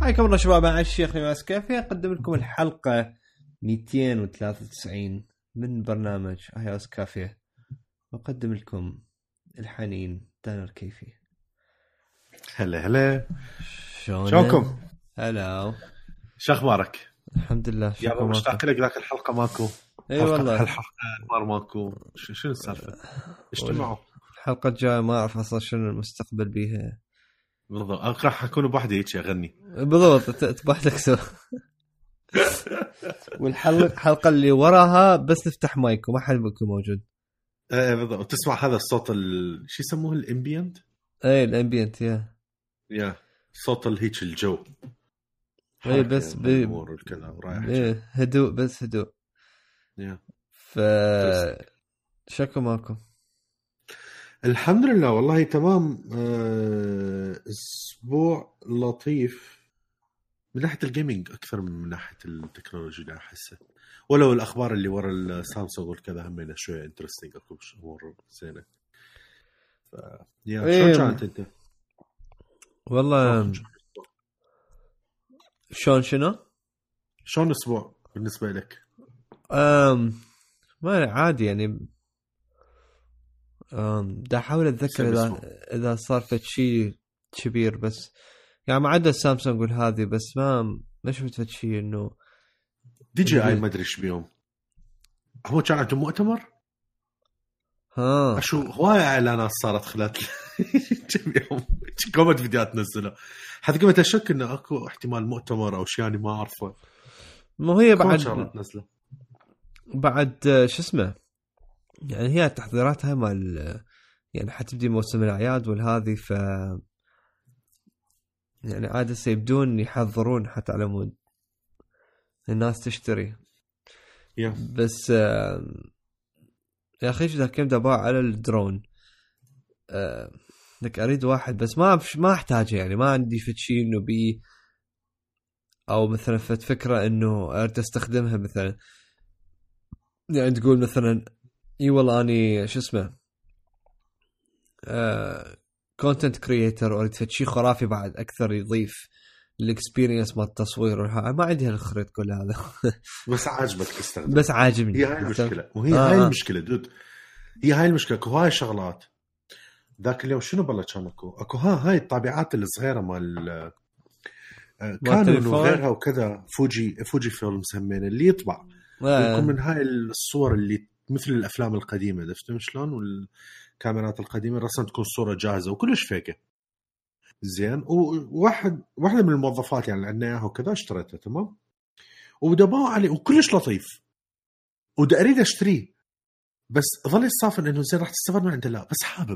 حياكم الله شباب، مع الشيخ نواس كافي أقدم لكم الحلقة 293 من برنامج أهياس كافية. أقدم لكم الحنين دانر كيفي. هلا شلونكم؟ هلا، شو اخبارك؟ الحمد لله. يا مشتاق لك ذاك الحلقه ماكو. اي والله الحلقه مار ماكو. شنو السالفه؟ اجتمعوا الحلقة الجاية ما أعرف أصلا شنو المستقبل بيها بالضبط. راح اكون بوحدي هيك اغني بالضبط. تبحثك سو والحلقة اللي وراها بس نفتح مايك وما حد بيكون موجود. بالضبط. تسمع هذا الصوت شو يسموه الامبيانت؟ اي الامبيانت يا صوت هيك الجو. اي بس بالامور والكذا ورايح هدوء، بس هدوء. ف شكو ماكو؟ الحمد لله والله تمام. اسبوع لطيف من ناحيه الجيمنج اكثر من ناحيه التكنولوجيا اللي احسه، ولو الاخبار اللي ورا السامسونج والكذا همينه شويه انترستينج، اكو امور زينه. ف شلون كانت انت؟ والله شلون اسبوع بالنسبه لك؟ ما عادي يعني. دا احاول اتذكر اذا صار في شيء كبير، بس يعني ما عدا السامسونج والهذه، بس ما شفت في شيء انه دي جي اي ما ادري ايش بيوم. هو كان عنده مؤتمر، اشو هواي اعلانات صارت خلال كم يوم، كم فيديوهات نزلوا. حتى قمت اشك انه اكو احتمال مؤتمر او شيء يعني ما اعرفه. مو هي بعد شو اسمه، يعني هي التحضيرات هاي مال يعني حتبدي موسم الأعياد والهذه، ف يعني عادة يبدون يحضرون حتى على مود الناس تشتري. بس يا أخي إذا كم دباع على الدرون، لك أريد واحد بس ما أحتاجه، يعني ما عندي شيء إنه بي أو مثلا فكرة إنه أريد أستخدمها مثلا. يعني تقول مثلا اي والله اني شو اسمه كونتنت كرييتر، اريد شيء خرافي بعد اكثر يضيف الاكسبيرينس مال التصوير ما عندي هالخريط كل هذا. بس عاجبك تستخدم، بس عاجبني. هي هاي المشكله، وهي هاي المشكله دود. هي هاي المشكله. هاي شغلات ذاك اليوم شنو بالله كان اكو هاي الطابعات الصغيره مال كانون وغيرها وكذا، فوجي فيلم مسمينه اللي يطبع ويكون من هاي الصور اللي مثل الافلام القديمه، عرفت شلون؟ والكاميرات القديمه رسم تكون صوره جاهزه وكلش فيكه زين. واحده من الموظفات يعني عندنا اياها وكذا اشتريتها تمام، ودباو عليه وكلش لطيف، ودا اريد اشتريه، بس ظل يصافن انه زين راح تستفاد من عنده. لا بس حابب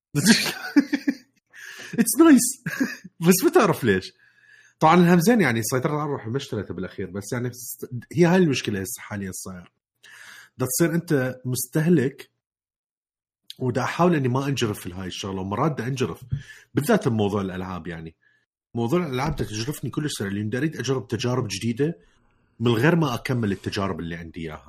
اتس نايس بس ما تعرف ليش. طبعا الهمزين يعني سيطرت على روحي ما اشتريته بالاخير، بس يعني هي هاي المشكله هسه حاليا صاير. دا تصير انت مستهلك، ودا احاول اني ما انجرف في هاي الشغله، ومرات دا انجرف بالذات بموضوع الالعاب. يعني موضوع الالعاب دا تجرفني كل سنه، اللي اريد اجرب تجارب جديده من غير ما اكمل التجارب اللي عندي اياها.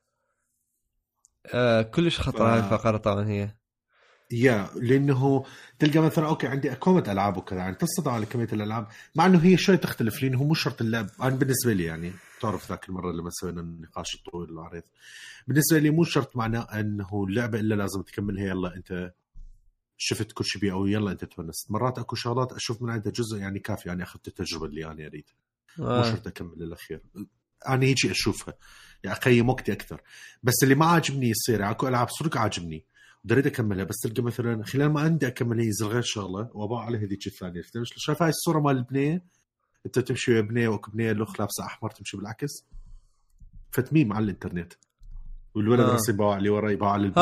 كلش خطر هاي الفقره طبعا هي لانه تلقى مثلا اوكي عندي اكومه العاب وكذا، يعني تصدق على كميه الالعاب، مع انه هي شوي تختلف، لانه مو شرط اللعب. انا بالنسبه لي يعني تعرف ذاك المره لما سوينا النقاش الطويل العريض، بالنسبه لي مو شرط معناه انه اللعبه الا لازم تكملها. يلا انت شفت كل شيء او يلا انت تونست. مرات اكو شغلات اشوف من عندها جزء يعني كافي، يعني اخذت التجربه اللي انا اريد، مو شرط اكمل للاخير. انا هيك اشوفها يعني اقيم وقتي اكثر. بس اللي ما عاجبني يصير يعني اكو العاب صدق عاجبني ودريد اكملها، بس تلقى مثلا خلال ما عندي اكملها ينزل غير شغله واباع على هذيك الثانيه. شايف هاي الصوره مال البنيه، انت تمشي بنيه وكبنيه الاخ لابسه احمر تمشي بالعكس، فتميم على الانترنت، والولد راسي يباع لي ورا يباع على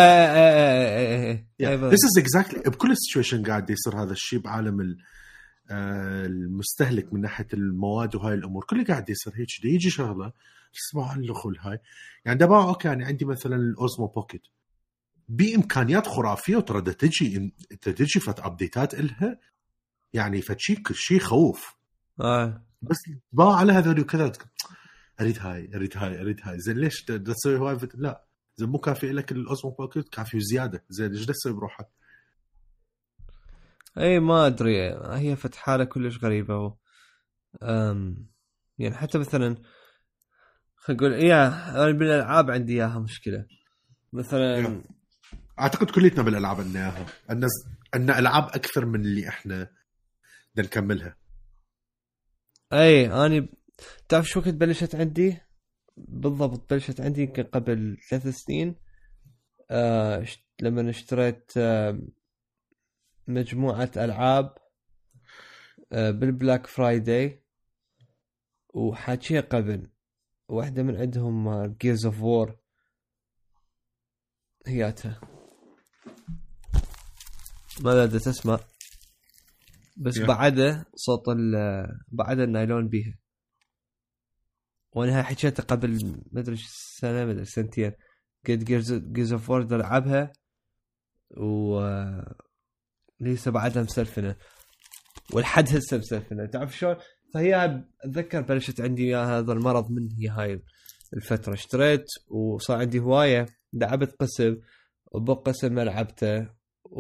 البنيه. This is exactly بكل situation قاعد يصير هذا الشيء بعالم المستهلك من ناحيه المواد وهاي الامور كله قاعد يصير هيك. يجي شغله اسمها الخل هاي يعني دبا اوكي. يعني عندي مثلا الاوزمو بوكيت بامكانيات خرافيه، وترى تجي فت ابديتات الها، يعني فتشي كل شيء خوف. بس باع على هذول وكذا، اريد هاي زين ليش تسوي هواي؟ لا زين مو كافي لك الاوزمو بوكيت، كافي وزياده. زين ايش تسوي بروحك؟ اي ما ادري، هي فتحاله كلش غريبه يعني حتى مثلا خلينا نقول انا بالالعاب عندي اياها مشكله مثلا. اعتقد كليتنا بالالعاب عندنا اياها، عندنا العاب اكثر من اللي احنا بدنا نكملها. اي اني تعرف شو كنت بلشت عندي بالضبط؟ بلشت عندي يمكن قبل 3 سنين لما اشتريت مجموعة ألعاب بالبلاك فرايداي، وحاكيها قبل واحدة من عندهم جيرز اوف وور هياتها، ما بدأت تسمع بس بعده صوت بعده النايلون بيها، وانا حكيتها قبل ما ادري سنة ما ادري سنتين. قد جيرز اوف وور العبها و لسه بعدها مسلفنة والحد هسه مسلفنة، تعرف شلون؟ فهي اتذكر بلشت عندي هذا المرض من هي هاي الفترة. اشتريت وصار عندي هواية، لعبت قسم وبق قسم ما لعبته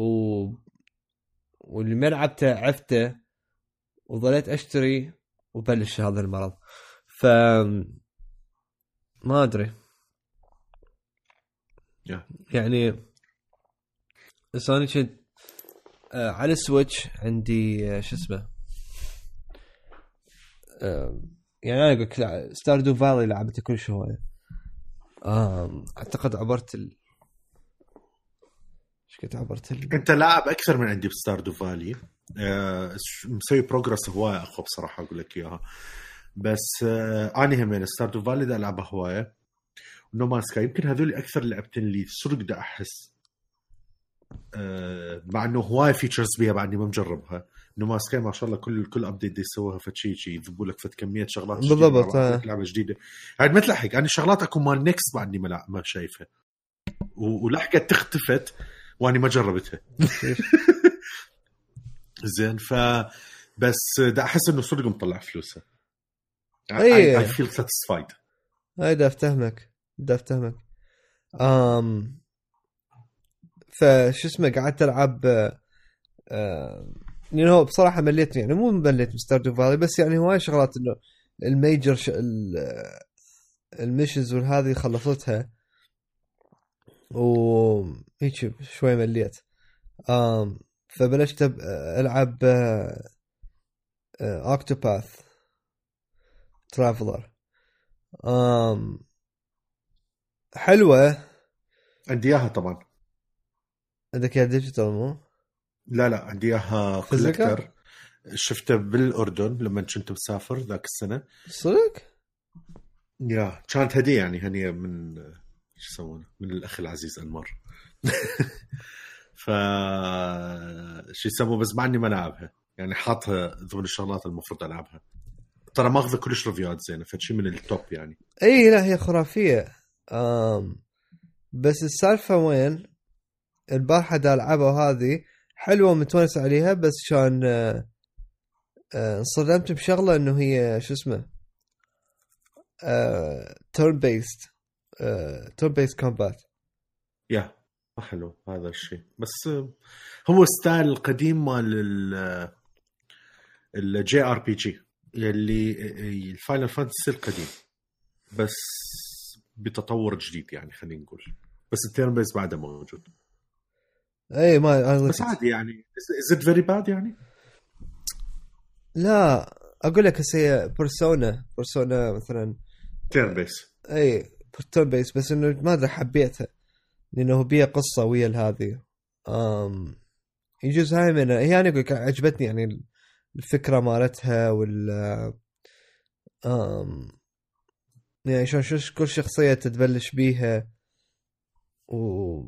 واللي ما لعبته عفته، وظليت اشتري وبلش هذا المرض. ف ما ادري يعني ثاني كنت على السويتش عندي شو اسمه يعني انا اقول ستاردو فالي لعبته كل شويه. اعتقد عبرت ايش كنت عبرت انت لاعب اكثر من عندي بستاردو فالي. مسوي بروجرس هوايه اخو بصراحه اقول لك اياها. بس اني هم ستاردو فالي ده العبها هوايه. نومان سكاي يمكن هذول اكثر لعبتين اللي صرت بدي احس مع انه هوايه فيتشرز بيها بعدني ما مجربها. نومان سكاي ما شاء الله كل ابديت دي يسووها فتشي يذبوا لك فت كميه شغلات بالضبط. لعبه جديده هاي ما تلحق. انا شغلات اكو مال نكست بعدني ما شايفها ولحقت تختفت واني ما جربتها. زين بس دا احس انه صدق مطلع فلوسها. I feel satisfied. هاي دا افتهمك فش اسمه قعدت العب يعني هو بصراحه مليت، يعني مو مليت مستردو فالي بس يعني هواي شغلات انه الميجر الميشنز والهذه خلصتها وهيك شوي مليت. فبلشت العب اوكتوباث ترافلر. حلوه. عندي اياها طبعا. عندك يا ديجيتال مو؟ لا عندي اياها كولكتر. شفته بالاردن لما كنت مسافر ذاك السنه. صدق؟ يا كانت هديه يعني هنيه من شو يسمونه من الاخ العزيز انمار. ف شو يسموه بس معني ما لعبها يعني حاطها ضمن الشغلات المفروض العبها. ترى ماخذه كلش ريفيوات زينه فشي من التوب يعني. اي لا هي خرافيه. بس السالفه وين البارحه دا العبها وهذه حلوه متونس عليها، بس كان انصدمت بشغله انه هي شو اسمه تورن بيست كومبات. يا حلو هذا الشيء. بس هو ستايل القديم مال الجي ار بي جي يلي الفاينل فانتسي القديم بس بتطور جديد يعني خلينا نقول. بس التيرن بيس بعده موجود. اي ما بس عادي يعني. is it very bad يعني؟ لا اقول لك هي بيرسونا مثلا تيرن بيس. اي تيرن بيس بس انه ما ادري حبيتها لانه بيها قصه ويا هذه. يجوز هاي من هي انا اقول عجبتني يعني الفكره مالتها وال يعني شلون كل شخصيه تتبلش بيها و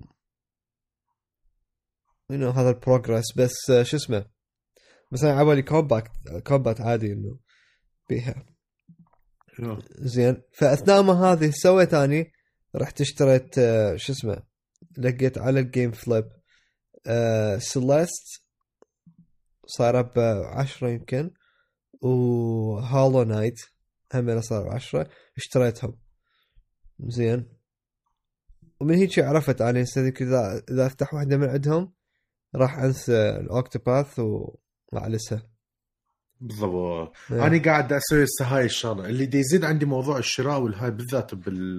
انه هذا البروجرس. بس شو اسمه مثلا عبالي كومبات عادي انه بيها زين. فاثناء ما هذه سويت اني رحت اشتريت شو اسمه لقيت على الجيم فليب سيليست صار ب10 يمكن، وهالو نايت هم صار ب10 اشتريتهم زين. ومن هيك عرفت اني اذا افتح واحده من عندهم راح انسى الاوكتوباث ومعلسها. بالضبط. إيه. انا قاعد اسوي هسه هاي الشغله اللي دي يزيد عندي موضوع الشراء والهاي بالذات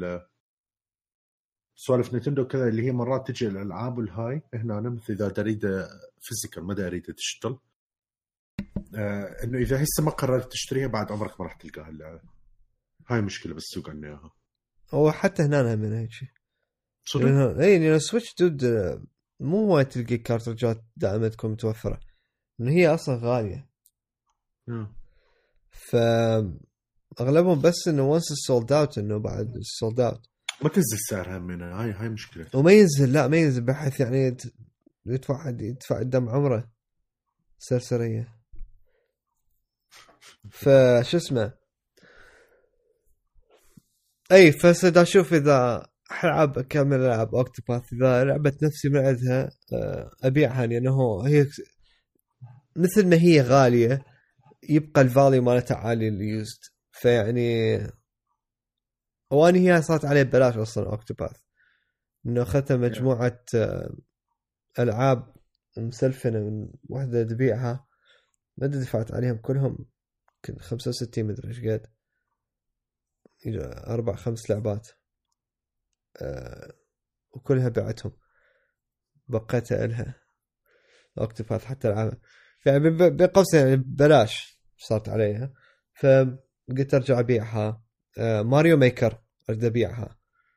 سوالف نينتندو كذا، اللي هي مرات تجي الالعاب والهاي هنا أنا مثل اذا اريد فيزيكال ما اريد ديجيتال، انه اذا هسه ما قررت تشتريها بعد عمرك ما راح تلقاها اللعبه. هاي مشكله بالسوق عندنا اياها. هو حتى هنا من هيك شيء صدق؟ لأن سويتش دود مو هواي تلقى كارترجات دائما تكون متوفرة، إن هي أصلا غالية. فأغلبهم بس إنه وانس سولد أوت إنه بعد سولد أوت ما تنزل سعرها منها، هاي مشكله. وما ينزل، لا ما ينزل بحيث يعني يدفع قدام عمره سرسرية. فشو اسمه اي فسد اشوف اذا العب كامل العاب اوكتوباث اذا لعبت نفسي من عندها ابيعها، لانه هي مثل ما هي غاليه يبقى الفاليو مالتها عالي اليوزد. فيعني واني هي صارت عليه ببلاش اصلا اوكتوباث، انه اخذتها مجموعه العاب مسلفنه من وحده تبيعها، ما دفعت عليهم كلهم 65 مدري ايش قد 4-5 لعبات وكلها بعتهم، بقيتها إلها اوكتوباث حتى العالم يعني بقوس يعني ببلاش صارت عليها. فقلت ارجع ابيعها. ماريو ميكر اريد ابيعها.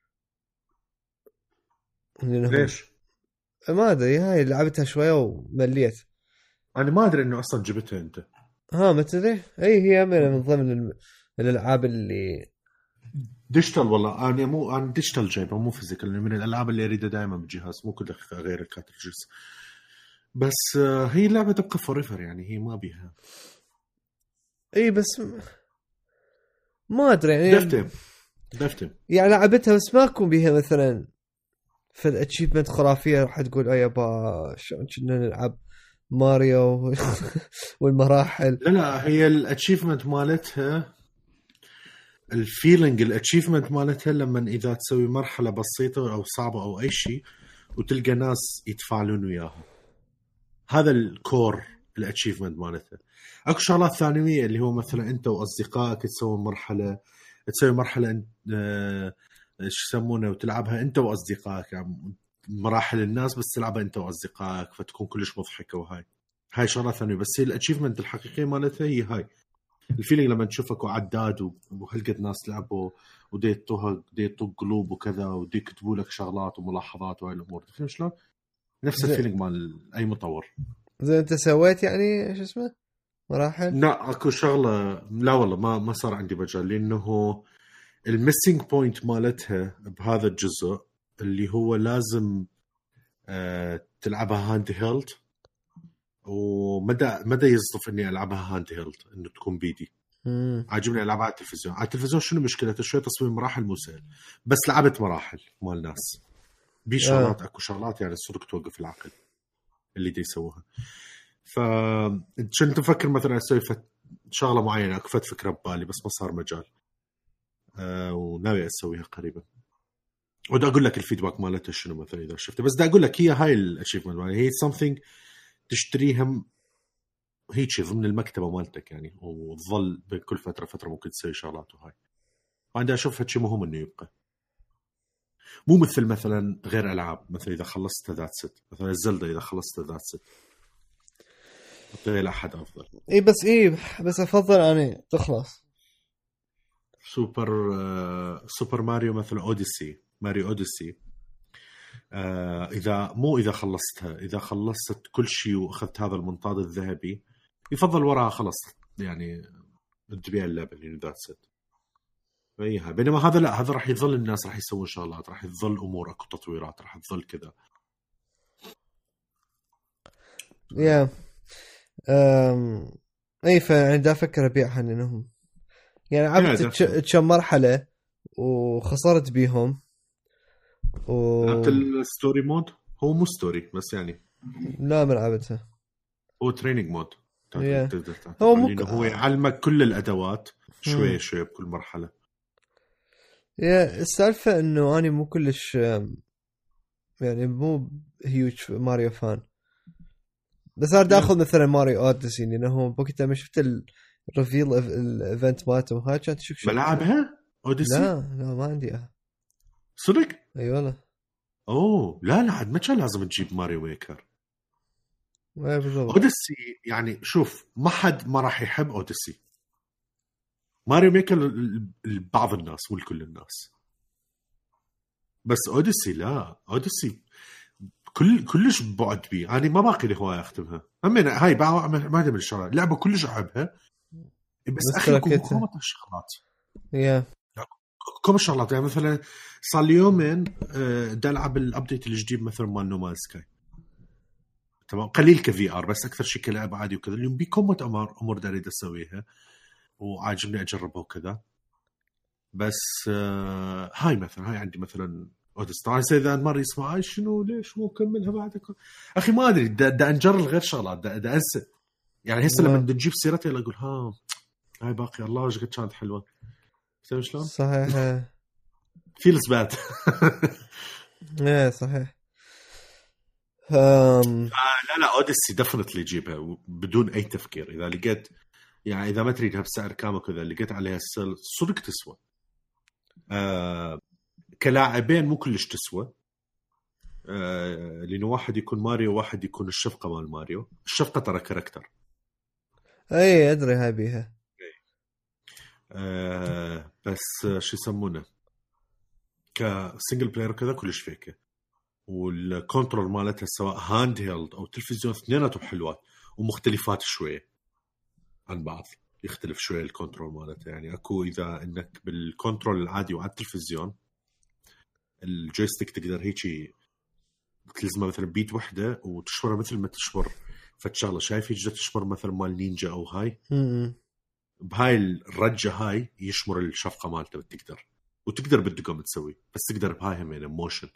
ليش؟ ما ادري، هاي لعبتها شويه ومليت. انا ما ادري انه اصلا جبتها انت. ما تدري؟ اي هي من ضمن الالعاب اللي ديجيتال. والله انا ديجيتال جايبه مو فيزيكال، من الالعاب اللي اريدها دائما بالجهاز، مو كل غير الكارتريجز. بس هي لعبه تبقى فوريفر يعني، هي ما بيها. اي بس ما ادري يعني دفتم يعني لعبتها بس ما اكون بيها مثلا في الاتشيفمنت خرافيه راح تقول اي يابا شلون كنا نلعب ماريو والمراحل. لا هي الاتشيفمنت مالتها، الفيلينج الاتشيفمنت مالتها لما اذا تسوي مرحله بسيطه او صعبه او اي شيء وتلقى ناس يتفاعلون وياها، هذا الكور الاتشيفمنت مالتها. اكو شغلات ثانويه اللي هو مثلا انت واصدقائك تسوي مرحله ايش يسمونه وتلعبها انت واصدقائك، يعني مراحل الناس بس تلعبها انت واصدقائك فتكون كلش مضحكه. هاي شغلات ثانيه. بس هي الاتشيفمنت الحقيقيه مالتها هي هاي الفيلينج لما تشوفك وعداد وهلقد ناس لعبوا ودي يطق قلوب وكذا ودي يكتبوا لك شغلات وملاحظات وهاي الامور. تفهم شلون؟ نفس الفيلينج مال اي مطور. زي انت سويت يعني ايش اسمه مراحل؟ لا اكو شغله، لا والله ما صار عندي مجال، لانه الميسنج بوينت مالتها بهذا الجزء اللي هو لازم تلعبها هاند هيلد، ومدى يصدف اني العبها هاند هيلد انه تكون بيدي. عاجبني العبها على التلفزيون. على التلفزيون شنو مشكلته؟ شوي تصميم مراحل مو سهل، بس لعبت مراحل مال ناس شغلات اكو شغلات يعني صدق توقف العقل اللي دي يسووها. فكنت افكر مثلا اسوي شغله معينه، اكو فكره ببالي بس ما صار مجال. وناوي اسويها قريبا. ودا اقول لك الفيدباك مالته شنو مثلا اذا شفته. بس دا اقول لك هي هاي الاشيفمنت مالها هي something تشتريها هيك ضمن المكتبه مالتك يعني، وتظل بكل فتره ممكن تسوي شغلات. وهاي عندي اشوفها شيء مهم انه يبقى، مو مثلا غير العاب مثلا اذا خلصت ذات ست، مثلا الزلدة اذا خلصت ذات ست غير احد افضل. بس افضل اني تخلص. سوبر ماريو مثلا ماريو اوديسي اذا خلصتها، اذا خلصت كل شيء واخذت هذا المنطاد الذهبي، يفضل وراها خلص يعني تبيع اللعبه اللي ذات ست فيها. بينما هذا لا، هذا راح يظل الناس راح يسوون شغلات، راح تظل امور اكو تطويرات، راح تظل كذا. اي فانا دا افكر ابيعها لانهم يعني عبت كم مرحله وخسرت بيهم لعبت الستوري مود. هو مو ستوري بس يعني لا ما لعبتها. هو تريننج مود. هو يعلمك كل الادوات شوي بكل مرحله. السالفه انه اني مو كلش يعني مو هيوج ماريو فان، بس صار داخل مثلا ماريو اوديسي لانه بوقتها ما شفت الريفيل الايفنت مالته هاي كانت شو ملعبها اوديسي. لا ما عندي صدق اي والله. اوه لا عاد ما كان لازم تجيب ماريو ميكر. اوديسي يعني شوف ما حد ما راح يحب اوديسي. ماريو ميكر بعض الناس والكل الناس، بس اوديسي لا، اوديسي كلش بعد بي. انا ما باقي لي هوايه اختمها. همين هاي ما من الشغلات لعبه كلش احبها، بس اخي كومه الشغلات كومه الشغلات. يعني مثلا صار لي يومين دا العب الابديت الجديد مثلا مال نو مان سكاي، تمام قليل كفي ار بس اكثر شيء كلعب عادي وكذا. اليوم بكمه امور دا اريد اسويها وعاجبني اجربها وكذا. بس هاي مثلا هاي عندي مثلا اوديستاي اذا مره يسمع شنو ليش مو كملها بعدك اخي ما ادري دا انجر غير شغلات دا انسى. يعني هسه لما نجيب سيرتها اقول ها هاي باقي الله وش قد كانت حلوه. فهمت شلون؟ صحيح فيلز باد. ايه صحيح. لا اوديسي ديفنتلي جيبها بدون اي تفكير. اذا لقيت يعني اذا ما تريدها بسعر كامل كذا لقيت عليها صدق تسوى. كلاعبين مو كلش تسوى، لأنه واحد يكون ماريو واحد يكون الشفقة مال ماريو. الشفقة ترى كاركتر اي ادري هاي بيها. بس شو يسمونه كسنجل بلاير كذا كلش فيكه. والكنترول مالتها سواء هاند هيلد او تلفزيون اثنيناتهم حلوات ومختلفات شويه عن بعض. يختلف شويه الكنترول مالتها. يعني اكو اذا انك بالكنترول العادي وعلى التلفزيون الجويستيك تقدر هيجي تلزمه مثلا بيت وحده وتشبرها مثل ما تشبر فتشغله. شايف يجي تشبر مثلا مال نينجا او هاي بهاي الرجه هاي يشمر الشفقه مالته بتقدر وتقدر بالدقم تسوي. بس تقدر بهاي هم يعني موشن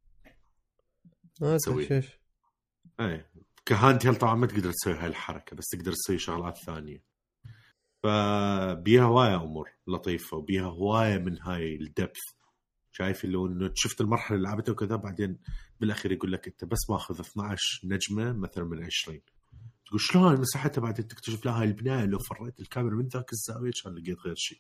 تسوي. اي كهاند هيل طبعا ما تقدر تسوي هاي الحركه بس تقدر تسوي شغلات ثانيه. فبيها هوايه امور لطيفه وبيها هوايه من هاي الدبث. شايف اللي انه شفت المرحله اللي لعبتها وكذا بعدين بالاخير يقول لك انت بس ماخذ 12 نجمه مثلا من 20 تقول شلون مساحتها بعدين تكتشف لها هاي البنايه لو فريت الكاميرا من ذاك الزاويه كان لقيت غير شيء.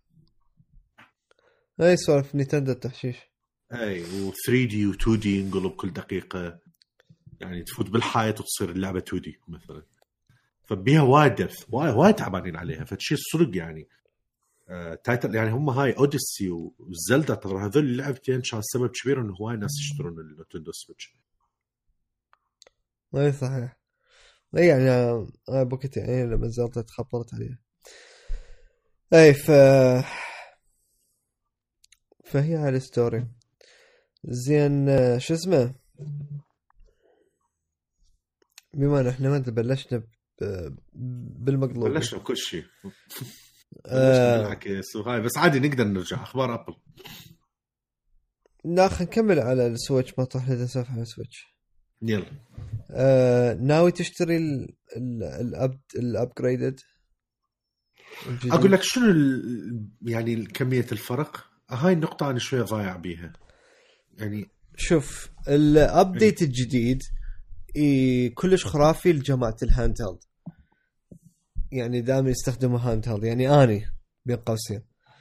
اي سوالف نينتندو التحشيش. اي و3D و2D ينقلب كل دقيقه. يعني تفوت بالحائط وتصير اللعبه 2D مثلا. فبيها وايد دبث وايد تعبانين عليها فتشي الصدق يعني. تايتل يعني هم هاي اوديسي وزلدا ترى هذول اللعبتين كان سبب كبير انه هواي ناس يشترون النينتندو سويتش. اي صحيح. اي يعني بوقتي يعني لما زلدا تخبرت عليها. اي فهي هاي الستوري. زين شو اسمه بما ان احنا ما بلشنا بالمقلوب بلشنا بكل شيء بلشنا بالعكس وهاي بس عادي نقدر نرجع اخبار ابل. لا خلينا نكمل على السويتش. ما طاح لنا سالفه على السويتش. يلا ناوي تشتري الابجريدد؟ اقول لك شنو يعني كميه الفرق. هاي النقطه انا شويه ضايع بيها. يعني شوف الابديت الجديد كلش خرافي لجماعه الهاند هيلد. يعني دائما يستخدموا هاند هيلد. يعني اني بين قوسين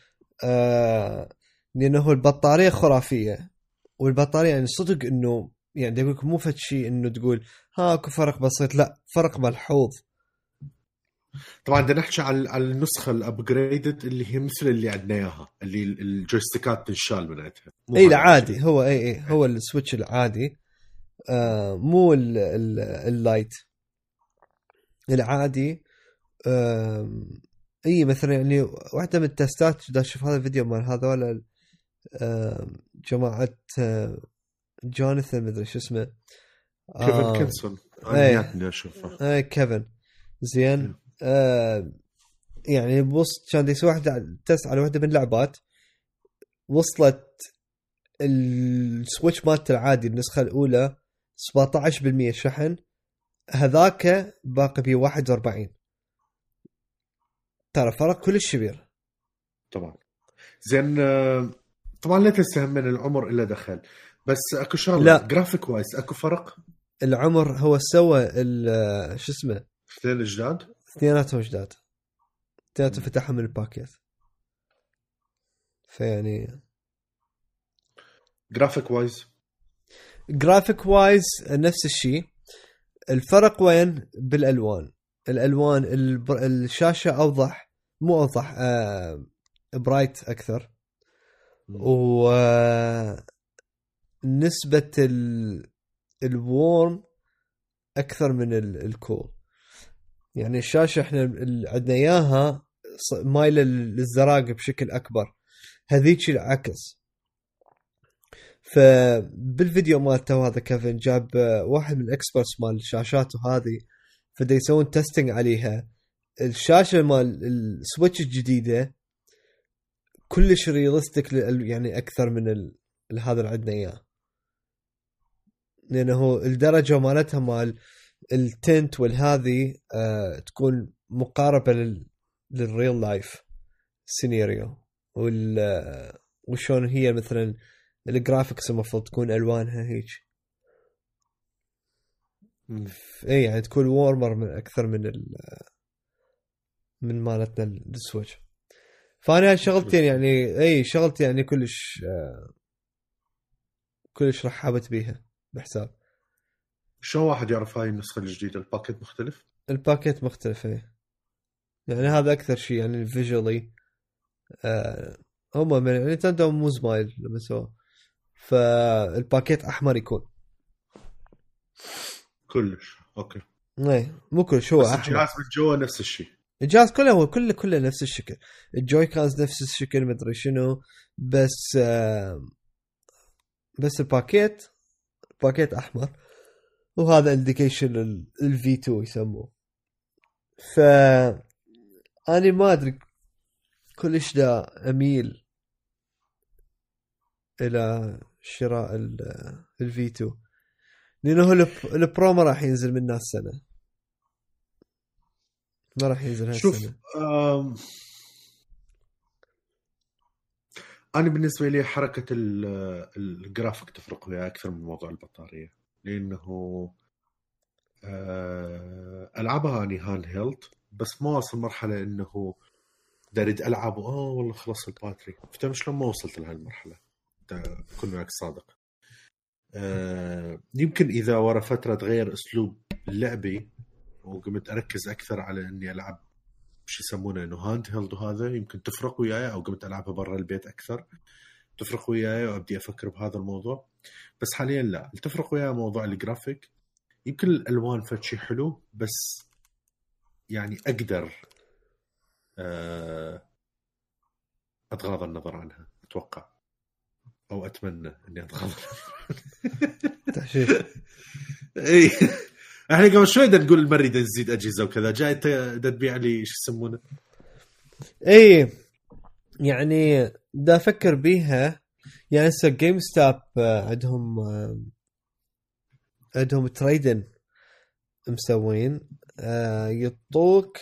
لانه البطاريه خرافيه. والبطاريه يعني صدق انه يعني يقولك مو فد شيء انه تقول اكو فرق بسيط. لا فرق ملحوظ. طبعا بدنا نحكي على النسخه الابجريدد اللي هي مثل اللي عندنا اياها اللي الجويستيكات تنشال منها. اي العادي هو هو السويتش العادي. مو اللايت العادي. اي مثلا يعني واحده من التستات دا اشوف هذا الفيديو مال هذول جماعه جوناثان مدري شو اسمه كيفن كينسون. انا اشوفه كيفن زين. يعني وصلت كان يسوي واحده تست على واحده من اللعبات. وصلت السويتش مالته العادي النسخه الاولى 17% شحن. هذاك باقي بيه 41. ترى فرق كلش كبير. طبعا زين. طبعا لا تستهم من العمر الا دخل. بس اكو شغله جرافيك وايز اكو فرق. العمر هو سوى شو اسمه 2 جداد. اثنيناتهم جداد، اثنيناتهم فتحهم من الباكيت. فيعني جرافيك وايز نفس الشيء. الفرق وين؟ بالالوان. الالوان الشاشه اوضح، مو اوضح، برايت اكثر. ونسبه الورم اكثر من الكول. يعني الشاشه احنا عندنا اياها مايله للزراق بشكل اكبر، هذيك العكس. فبالفيديو مالته هذا كيفن جاب واحد من الاكسبرتس مال الشاشات وهذه، فدا يسوون تيستينج عليها. الشاشه مال السويتش الجديده كلش ريالستيك، يعني اكثر من هذا اللي عندنا اياه، لانه الدرجه مالتها مال التنت والهذه تكون مقاربه للريل لايف سيناريو، وشون هي مثلا الجرافيكس المفروض تكون الوانها هيك. اي يعني تكون وورمر من اكثر من مالتنا السويتش. فانا شغلتين يعني شغلتي يعني كلش رحبت بيها بحساب. شو واحد يعرف هاي النسخة الجديدة الباكيت مختلف؟ الباكيت مختلف يعني هذا اكثر شيء يعني فيجولي. هم من نينتندو مو زمايل لما سوا، فالباكيت احمر يكون كلش اوكي. مو كلش، هو بس احمر. الجهاز من جوا نفس الشيء، الجهاز كله هو كله نفس الشكل، الجوي كانز نفس الشكل، مدري شنو، بس الباكيت احمر، وهذا انديكيشن الفي 2 يسموه. ف انا ما ادري كلش دا اميل الى شراء الفي 2، لانه البرو ما راح ينزل منه السنه، ما راح ينزل هالسنه. شوف أنا بالنسبة لي حركة الجرافيك تفرق وياه أكثر من موضوع البطارية، لأنه ألعبها أني هاند هيلد، بس ما وصل مرحلة إنه داريد ألعب والله خلص الباتري. فتا شلون ما وصلت لهالمرحلة، كن وياك صادق. يمكن إذا ورا فترة تغير أسلوب اللعبي وقمت أركز أكثر على إني ألعب شو يسمونه إنه هاند هيلد، وهذا يمكن تفرق وياي، أو قمت ألعبها برا البيت أكثر تفرق وياي وأبدي أفكر بهذا الموضوع. بس حاليا لا، تفرق وياي موضوع الجرافيك. يمكن الألوان فشي حلو، بس يعني أقدر أتغاضى النظر عنها أتوقع، أو أتمنى إني أتغاضى تحشيش. إيه احنا قبل شوي دا نقول المريض نزيد أجهزة وكذا، جاي دا تبيع لي شو يسمونه. اي يعني دا أفكر بيها. يعني هسه جيم ستاب عندهم تريدن مسوين، يطوك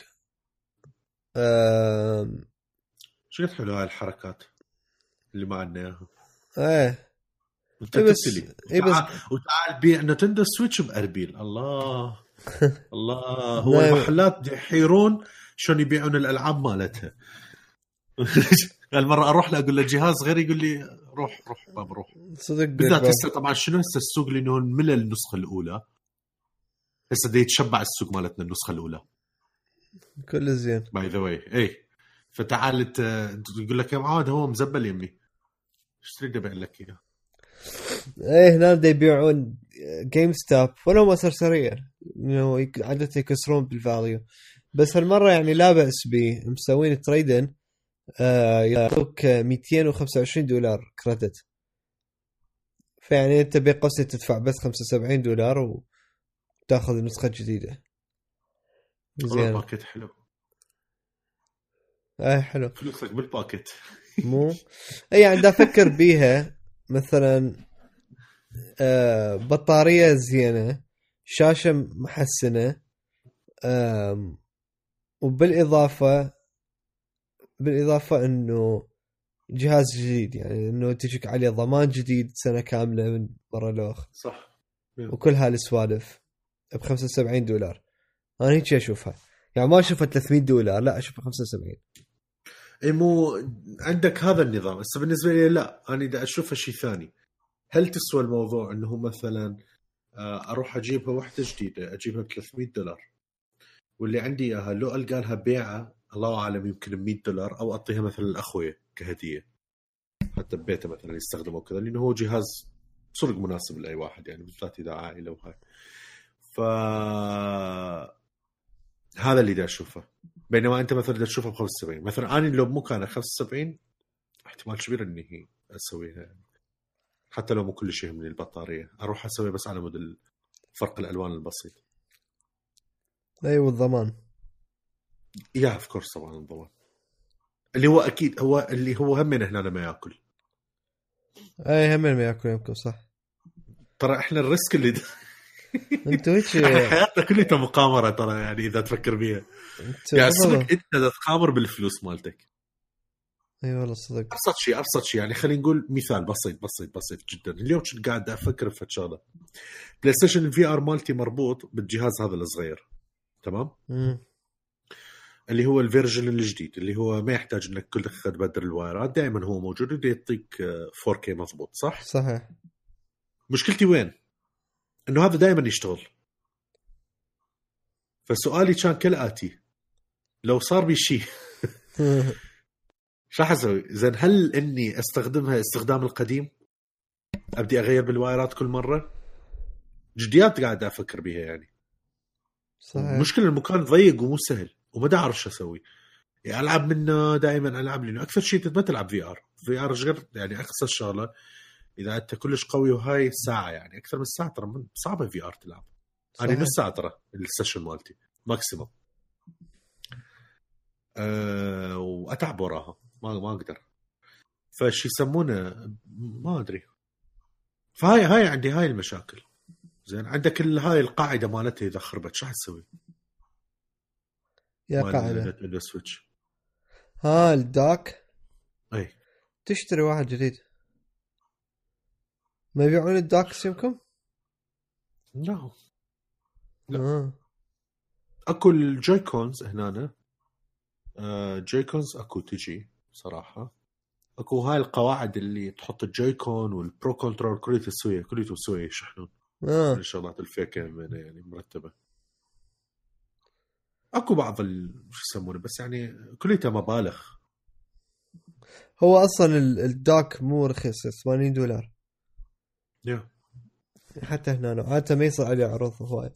شو قد حلو هاي الحركات اللي ما عندنا اياها. انت بس وتعال بيع نتندو سويتش بأربيل. الله الله هو المحلات يحيرون شلون يبيعون الألعاب مالتها. المرة أروح له أقول له جهاز غير، يقول لي روح باب روح. صدق بالذات هسه طبعا شنو هسه السوق لأنه ملل النسخة الأولى، هسه دا يتشبع السوق مالتنا النسخة الأولى كل زين باي ذا واي. اي فتعال تقول لك يا معاد هو مزبل يمي، ايش تريد ابيع لك اياه؟ هنا دا يبيعون جيم ستاب ولا ما سرسرية، انه عادة يكسرون بالفاليو، بس هالمرة يعني لا بأس به، مسوين تريدن يعطوك $225 كريدت. فيعني انت بقصة تدفع بس $75 وتاخذ النسخة الجديدة. والله الباكيت حلو. حلو فلوسك بالباكيت. مو يعني دا افكر بيها مثلا بطارية زينة، شاشة محسنة، وبالإضافة انه جهاز جديد، يعني انه تجيك عليه ضمان جديد سنة كاملة من مرة لأخرى. صح 100%. وكل هالسوالف $75. انا هيك اشوفها يعني ما اشوفها $300 لا اشوفها 75. اي مو عندك هذا النظام بس بالنسبه لي لا انا اذا اشوفها شيء ثاني. هل تسوى الموضوع انه مثلا اروح اجيبها واحده جديده اجيبها $300 واللي عندي اياها لو القى لها بيعه الله اعلم يمكن $100 او اعطيها مثلا لاخوي كهديه حتى ببيته مثلا يستخدمه كذا لانه هو جهاز صدق مناسب لاي واحد يعني بالذات اذا عائله وهاي. ف هذا اللي دا اشوفه. بينما انت مثلا دا تشوفه ب 75 مثلا انا لو مو كان 75 احتمال كبير اني هي اسويها يعني. حتى لو مو كل شيء من البطاريه اروح اسوي بس على مود فرق الالوان البسيط. ايوه الضمان يا اوف كورس طبعا الضمان اللي هو اكيد هو اللي هو هم من هنا لما ياكل. اي هم ما ياكل يمكن صح. ترى احنا الريسك اللي انتوا هيك حياتنا كلها مقامره ترى يعني اذا تفكر بيها يعني صدق انت تتخامر بالفلوس مالتك. اي والله صدق. ابسط شيء يعني خلينا نقول مثال بسيط جدا. اليوم كنت قاعد افكر في شغله بلاي ستيشن الفي ار مالتي مربوط بالجهاز هذا الصغير تمام اللي هو الفيرجن الجديد اللي هو ما يحتاج انك كل دقيقه تبدل الوايرات دائما هو موجود وده يعطيك 4K مضبوط صح صحيح. مشكلتي وين انه هذا دائما يشتغل. فسؤالي كان كالآتي لو صار بي شيء شو راح اسوي؟ زين هل اني استخدمها استخدام القديم ابدي اغير بالوايرات كل مره؟ جديات قاعد افكر بيها يعني. صحيح. المشكله المكان ضيق ومو سهل وما دا اعرف شو اسوي. يعني العب منه دائما العب لانه اكثر شيء ما تلعب في ار غير يعني اقصى الشغله اذا انت كلش قوي وهاي ساعه يعني اكثر من ساعه ترى صعبه في ار تلعب. انا نص ساعه ترى السيشن مالتي ماكسيموم واتعب وراها ما اقدر. فشي يسمونه ما ادري. فهاي عندي هاي المشاكل. زين عندك هاي القاعده مالتها اذا خربت شو حتسوي يا قاعده السويتش الداك اي تشتري واحد جديد. ما يبيعون الداكس يمكن لا اكو الجويكونز هنا جويكونز اكو تجي صراحه اكو هاي القواعد اللي تحط الجويكون والبرو كنترول كلها تسوي يشحنون من الشغلات الفيكه يعني مرتبه. اكو بعض شو يسمونه بس يعني كلها مبالغ. هو اصلا الداك مو رخيص $80 حتى هنا عادة ما يصير عليه عروض هواي.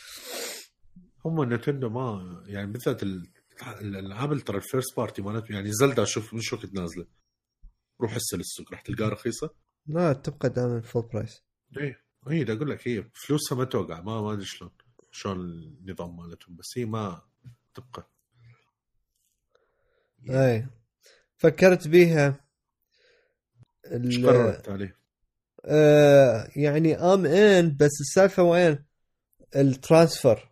هم نتندو ما يعني بالذات الالعاب ترى الفيرست بارتي مالته يعني زلدا شوف من شو كنت نازله روح هسه للسوق راح تلقاها رخيصه. لا تبقى دائما فول برايس. ايه دا اقول لك هي فلوسها ما توقع ما ادري شلون النظام مالتهم بس هي ما تبقى. اي فكرت بيها ايش قررت عليه؟ يعني ان بس السالفه وين الترانسفر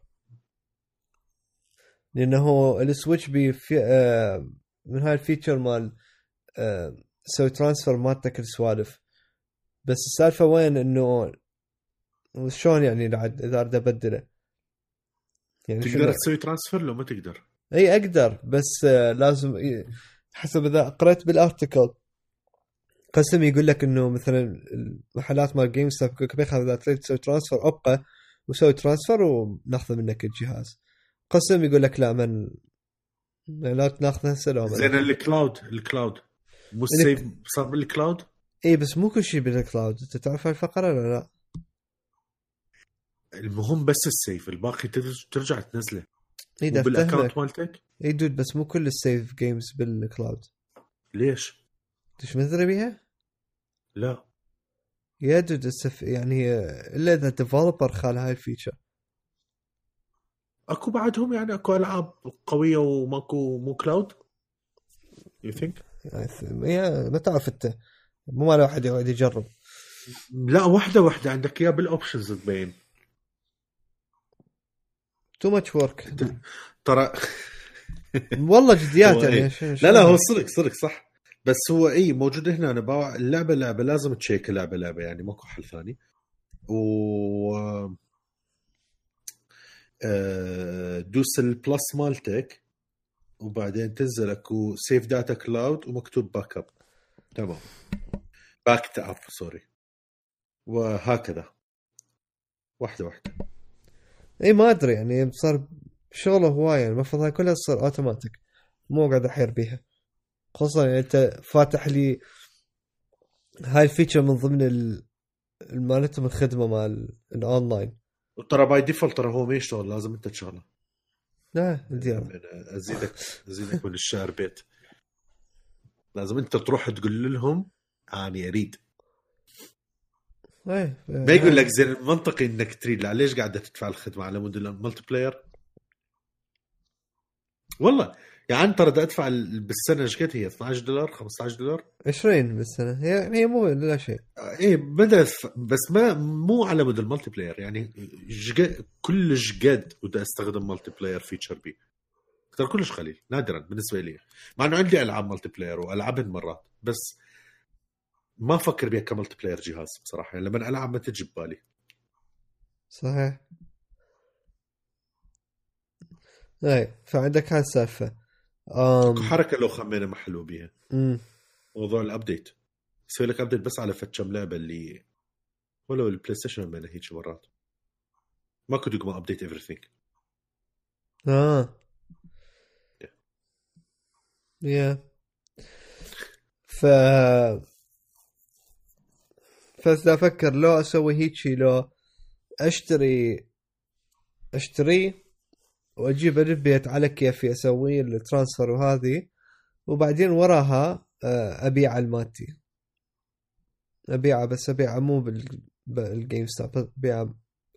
لانه السويتش بي في من هاي الفيتشر مال سوي ترانسفر ما تذكر سوالف. بس السالفه وين انه شلون يعني اذا اريد ابدله يعني تقدر تسوي ترانسفر لو ما تقدر. اي اقدر بس لازم حسب اذا قرأت بالارتيكل قسم يقول لك انه مثلا المحلات مال جيم ستوب كبيخ اذا تريد تسوي ترانسفر ابقى وسوي ترانسفر وناخذ منك الجهاز. قسم يقول لك لا لا تاخذ هسه لو زين الكلاود مو السيف صار بالكلاود. اي بس مو كل شيء بالكلاود. انت تعرف الفقره ولا لا؟ المهم بس السيف الباقي ترجع تنزله بالاكونت مالتك. اي دود بس مو كل السيف جيمز بالكلاود. ليش ايش مثل بيها؟ لا يا دود يعني الا اذا ديفلوبر خال هاي الفيتشر. اكو بعدهم يعني اكو العاب قويه وماكو مو كلاود يو ثينك يعني ما تعرف انت مو مال واحد يقعد يجرب. لا واحده عندك اياها بالاوبشنز تبين تو ماتش ورك ترى والله جديات يعني لا هو صدق صح بس هو موجود هنا. انا باوع اللعبه لازم تشيك اللعبه يعني ماكو حل ثاني. و دوس البلس مالتك وبعدين تنزل اكو سيف داتا كلاود ومكتوب باك اب. تمام، باك اب سوري. وهكذا واحده واحده. اي ما ادري يعني صار شغله هوايه يعني المفروض هاي كلها تصير اوتوماتيك مو قاعد احير بيها خصوصا يعني انت فاتح لي هاي الفيتشر من ضمن مالتهم الخدمه مال الاونلاين. وترى باي ديفولت ترى هو ما يشتغل، لازم انت تشغله. لا ديار ازيدك من الشعر بيت. لازم انت تروح تقول لهم اني اريد. ما يقول لك زين منطقي انك تريد. لا ليش قاعده تدفع الخدمه على مود الملتي بلاير؟ والله يعني ترى بدي ادفع بالسنه ايش قد هي؟ $12 $15 20 بالسنه. هي مو لا شيء. ايه بدأ بس ما مو على مود الملتي بلاير يعني. كلش قد بدي استخدم ملتي بلاير فيتشر بي ترى كلش قليل نادرا بالنسبه لي، مع انه عندي العاب ملتي بلاير والعبها مرات، بس ما افكر بيها كملتي بلاير جهاز بصراحه يعني. لما العب ما تجي ببالي. صحيح. اي فعندك هاي السالفه. اكو حركه لو خمينا ما حلو بيها موضوع الابديت. يسوي لك ابديت بس على فتشم لعبه اللي ولو البلاي ستيشن ما هيك مرات ما كنت يقوم ابديت everything. يا فاذا افكر لو اسوي هيجي لو اشتري واجيب البيت على كيفي اسوي الترانسفر وهذه وبعدين وراها ابيع الماتي ابيعه بس ابيعه مو بالجيم ستوب ابيعه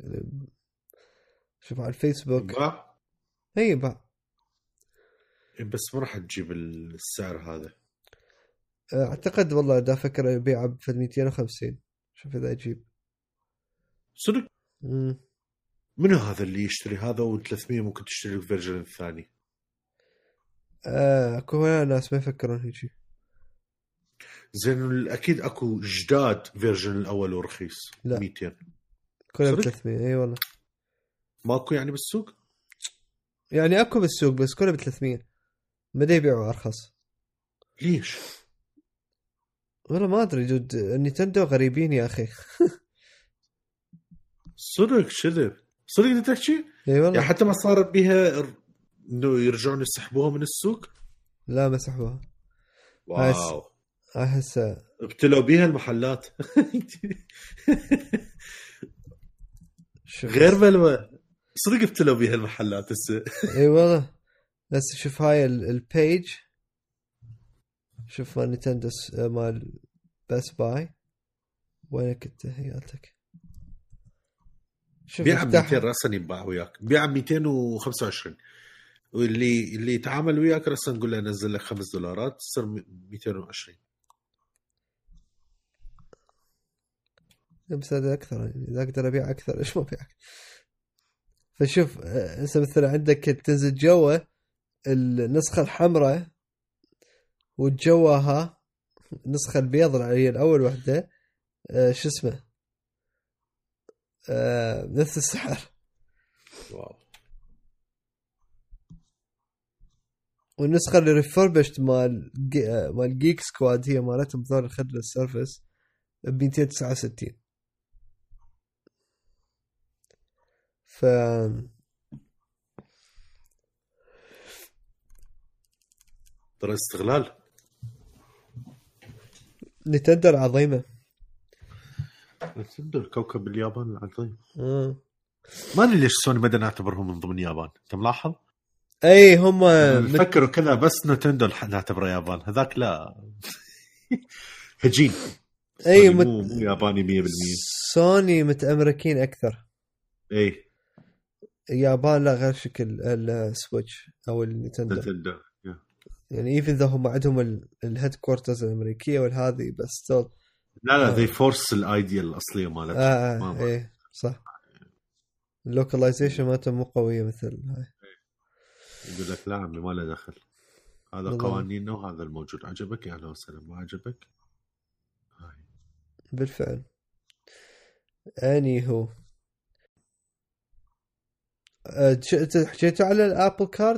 شوف على الفيسبوك. هي باع بس ما راح تجيب السعر هذا اعتقد والله دا فكر يبيعه ب 250. شوف اذا اجيب صدق. منو هذا اللي يشتري هذا و300 ممكن تشتري الفيرجن الثاني؟ اكو ناس ما يفكرون هيجي. زين اكيد اكو جداد فيرجن الاول ورخيص 200 كلها ب 300. اي والله ماكو يعني بالسوق. يعني اكو بالسوق بس كلها ب 300 ما يبيعوا ارخص. ليش؟ والله ما ادري جد نينتندو غريبين يا اخي. صدق شذب صدق تحكي. اي والله يعني حتى ما صار بها انه يرجعون يسحبوها من السوق. لا ما سحبوها. واو هسه ابتلوا بيها المحلات. غير بلوى صدق ابتلوا بيها المحلات هسه. اي والله بس شوف هاي البيج. شوف مال نينتندو مال بس باي وينك انت هيالتك. بيع 200 راسا ينباع وياك. بيع 225 واللي يتعامل وياك راسا نقول له نزل لك $5 تصير 220. بس هذا اكثر يعني اذا اقدر ابيع اكثر ايش ما ابيع. فشوف هسه مثلا عندك تنزل جوا النسخة الحمراء وجواها النسخة البيض اللي هي الأول وحدة شو اسمه نفس السعر. واو. والنسخة اللي ريفربشت مال جيك سكواد هي مالتهم ذول الخدمة السيرفس ب 269. ف ترى استغلال. نينتندو العظيمة. نينتندو الكوكب اليابان العظيم. ما ادري ليش سوني ما نعتبرهم من ضمن اليابان. انت ملاحظ؟ اي هم فكروا كذا بس نينتندو نعتبره يابان هذاك لا. هجين. اي مو ياباني 100%. سوني متأمريكين اكثر. اي اليابان لا غير شكل السويتش او النينتندو يعني even though هم عندهم الهيد كوارترز الامريكيه والهذه بس لا ذي فورس الايديا الاصليه مالتهم. ايه صح. اللوكاليزيشن مالتهم مو قويه مثل هاي. يقول لك لا عمي ما له دخل هذا قوانيننا وهذا الموجود. عجبك يا اهلا وسهلا ما عجبك. بالفعل. اني هو حكيتوا على الابل كارد؟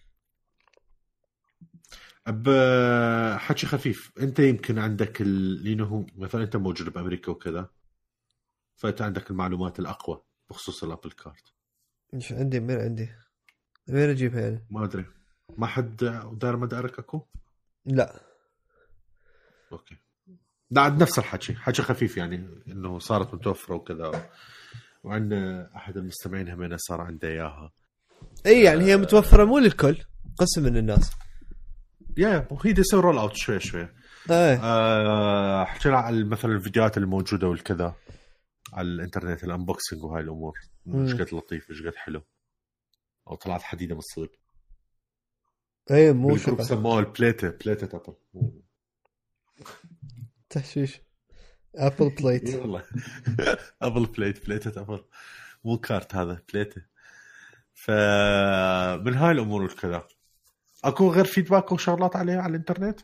حكي خفيف. انت يمكن عندك لانه مثلا انت موجود بامريكا وكذا، فانت عندك المعلومات الاقوى بخصوص الابل كارد. مش عندي، من عندي وين اجيبها يعني؟ ما ادري، ما حد دار مدارك اكو. لا. اوكي، لا عند نفس الحكي، حكي خفيف يعني انه صارت متوفره وكذا، وعندنا احد المستمعين همنا صار عنده اياها. اي يعني هي متوفره مو للكل، قسم من الناس. وهي دي رول اوت شوي شوي. حكينا على مثلا الفيديوهات الموجوده والكذا على الانترنت، الانبوكسنج وهاي الامور، ايش قد لطيف ايش قد حلو، او طلعت حديده من الصدق. اي مو بالجروب سموها البليته ابل. تحشيش ابل بليت. اي والله. ابل بليته ابل، مو كارت هذا بليته. فمن هاي الامور والكذا، اكو غير فيدباك وشغلات عليه على الانترنت؟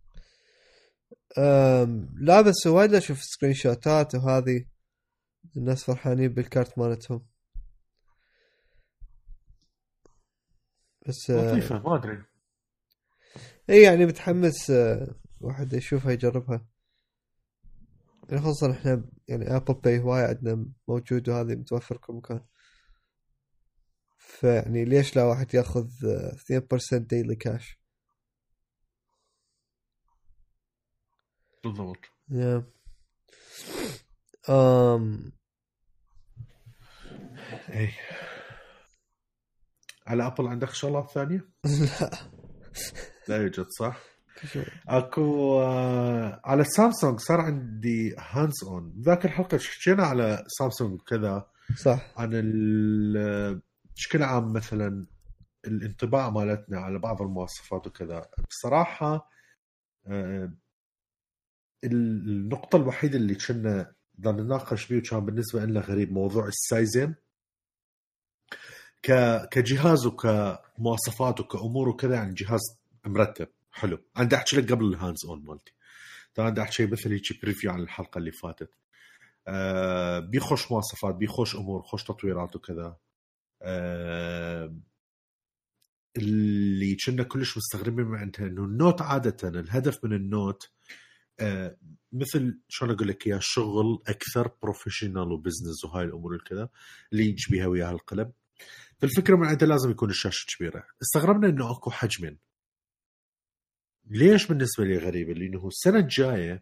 لا بس وايد اشوف سكرين شوتات وهذه الناس فرحانين بالكارت مالتهم، بس لطيفه ما ادري. اي يعني بتحمس واحد يشوفها يجربها، يعني خصوصا احنا يعني ابل باي هواي عندنا موجود وهذه متوفر كل مكان، فيعني ليش لا واحد ياخذ 2% ديلي كاش. بالضبط. اي على ابل عندك شغلات ثانيه؟ لا لا يوجد صح. اكو على سامسونج صار عندي هاندز اون. ذاك الحلقه حكينا على سامسونج كذا صح عن بشكل عام مثلا الانطباع مالتنا على بعض المواصفات وكذا. بصراحه النقطه الوحيده اللي كنا بدنا نناقش بيه وكان بالنسبه لنا غريب موضوع السايزين كجهاز وكمواصفات وكامور وكذا. يعني جهاز مرتب حلو. انا احكي لك قبل الهاندز اون مالتي، طبعا بدي احكي مثل هيك بريفيو عن الحلقه اللي فاتت. بيخش مواصفات، بيخش امور، خوش تطويرات وكذا. اللي كنا كلش مستغربين من عندها انه النوت عاده الهدف من النوت مثل شلون اقول لك يا شغل اكثر بروفيشنال وبزنس وهاي الامور الكذا اللي يجي بيها وياها القلم. فالفكره من عندها لازم يكون الشاشه كبيره. استغربنا انه اكو حجمين. ليش بالنسبه لي غريبه؟ لانه السنه الجايه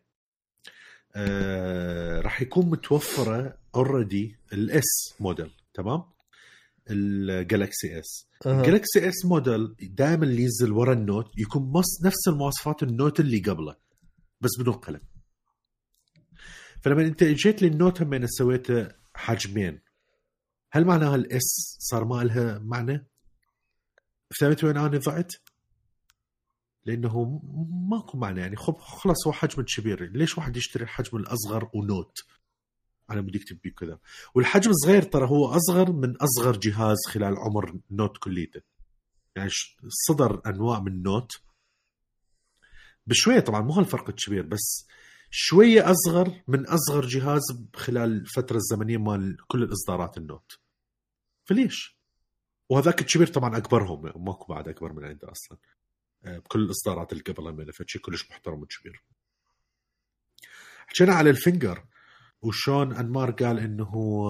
راح يكون متوفره اوريدي الاس موديل، تمام؟ الجالكسي اس. الجالكسي اس موديل دائما اللي ينزل ورا النوت يكون نفس المواصفات النوت اللي قبله بس بدون قلم. فلما انت اجيت للنوت همين سويته حجمين، هل معناها الاس صار ما لها معنى؟ فهمت وين انا ضعت؟ لانه ماكو معنى. يعني خلص هو حجم كبير، ليش واحد يشتري الحجم الاصغر ونوت؟ انا بدي اكتب بيه كذا. والحجم الصغير ترى هو اصغر من اصغر جهاز خلال عمر نوت كليته. يعني صدر انواع من نوت بشويه، طبعا مو هالفرق الكبير بس شويه اصغر من اصغر جهاز خلال الفتره الزمنيه مال كل الاصدارات النوت. فليش؟ وهذاك الكبير طبعا اكبرهم، ماكو بعد اكبر من عنده اصلا بكل الاصدارات اللي قبلها منه. فشي كلش محترم وكبير. حكينا على الفينجر وشون انمار قال انه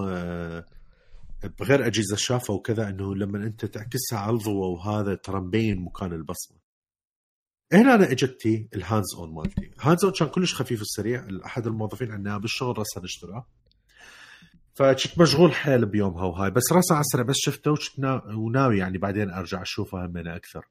بغير اجهزه شافه وكذا انه لما انت تعكسها على الضوء وهذا ترى مبين مكان البصمه. هنا انا اجتي الهاندز اون مالتي. هاندز اون كان كلش خفيف وسريع. احد الموظفين عندنا بالشغل راسا نشتراه، فكنت مشغول حيل بيومها وهاي، بس راسا عسرة بس شفته وناوي يعني بعدين ارجع اشوفه همنا اكثر.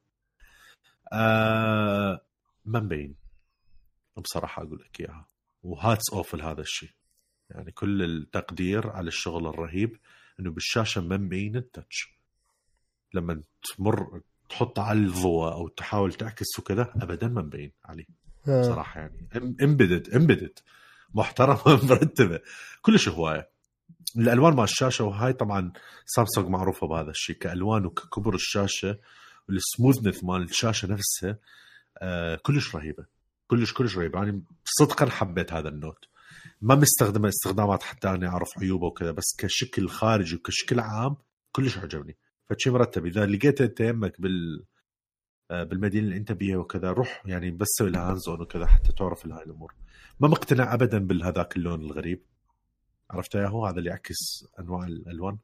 ما مبين بصراحه اقول لك اياها. وهاتس اوف لهذا الشيء، يعني كل التقدير على الشغل الرهيب انه بالشاشه ما مبين التاتش. لما تمر تحط على الضوء او تحاول تعكس وكذا ابدا ما مبين عليه صراحه. يعني امبيدد محترمه مرتبه كلش هوايه. الالوان مال الشاشه وهاي طبعا سامسونج معروفه بهذا الشيء كالوان وككبر الشاشه والسموثنس مال الشاشه نفسها كلش رهيبه. كلش رهيبه. يعني صدقا حبيت هذا النوت. ما مستخدمه استخدامات حتى انا اعرف عيوبه وكذا، بس كشكل خارجي وكشكل عام كلش عجبني. فشي مرتب اذا لقيت انت يمك بالمدينه اللي انت بيها وكذا، روح يعني بس سوي لها هاندز اون وكذا حتى تعرف هاي الامور. ما مقتنع ابدا بالهذاك اللون الغريب، عرفت يا هو هذا اللي يعكس انواع الالوان.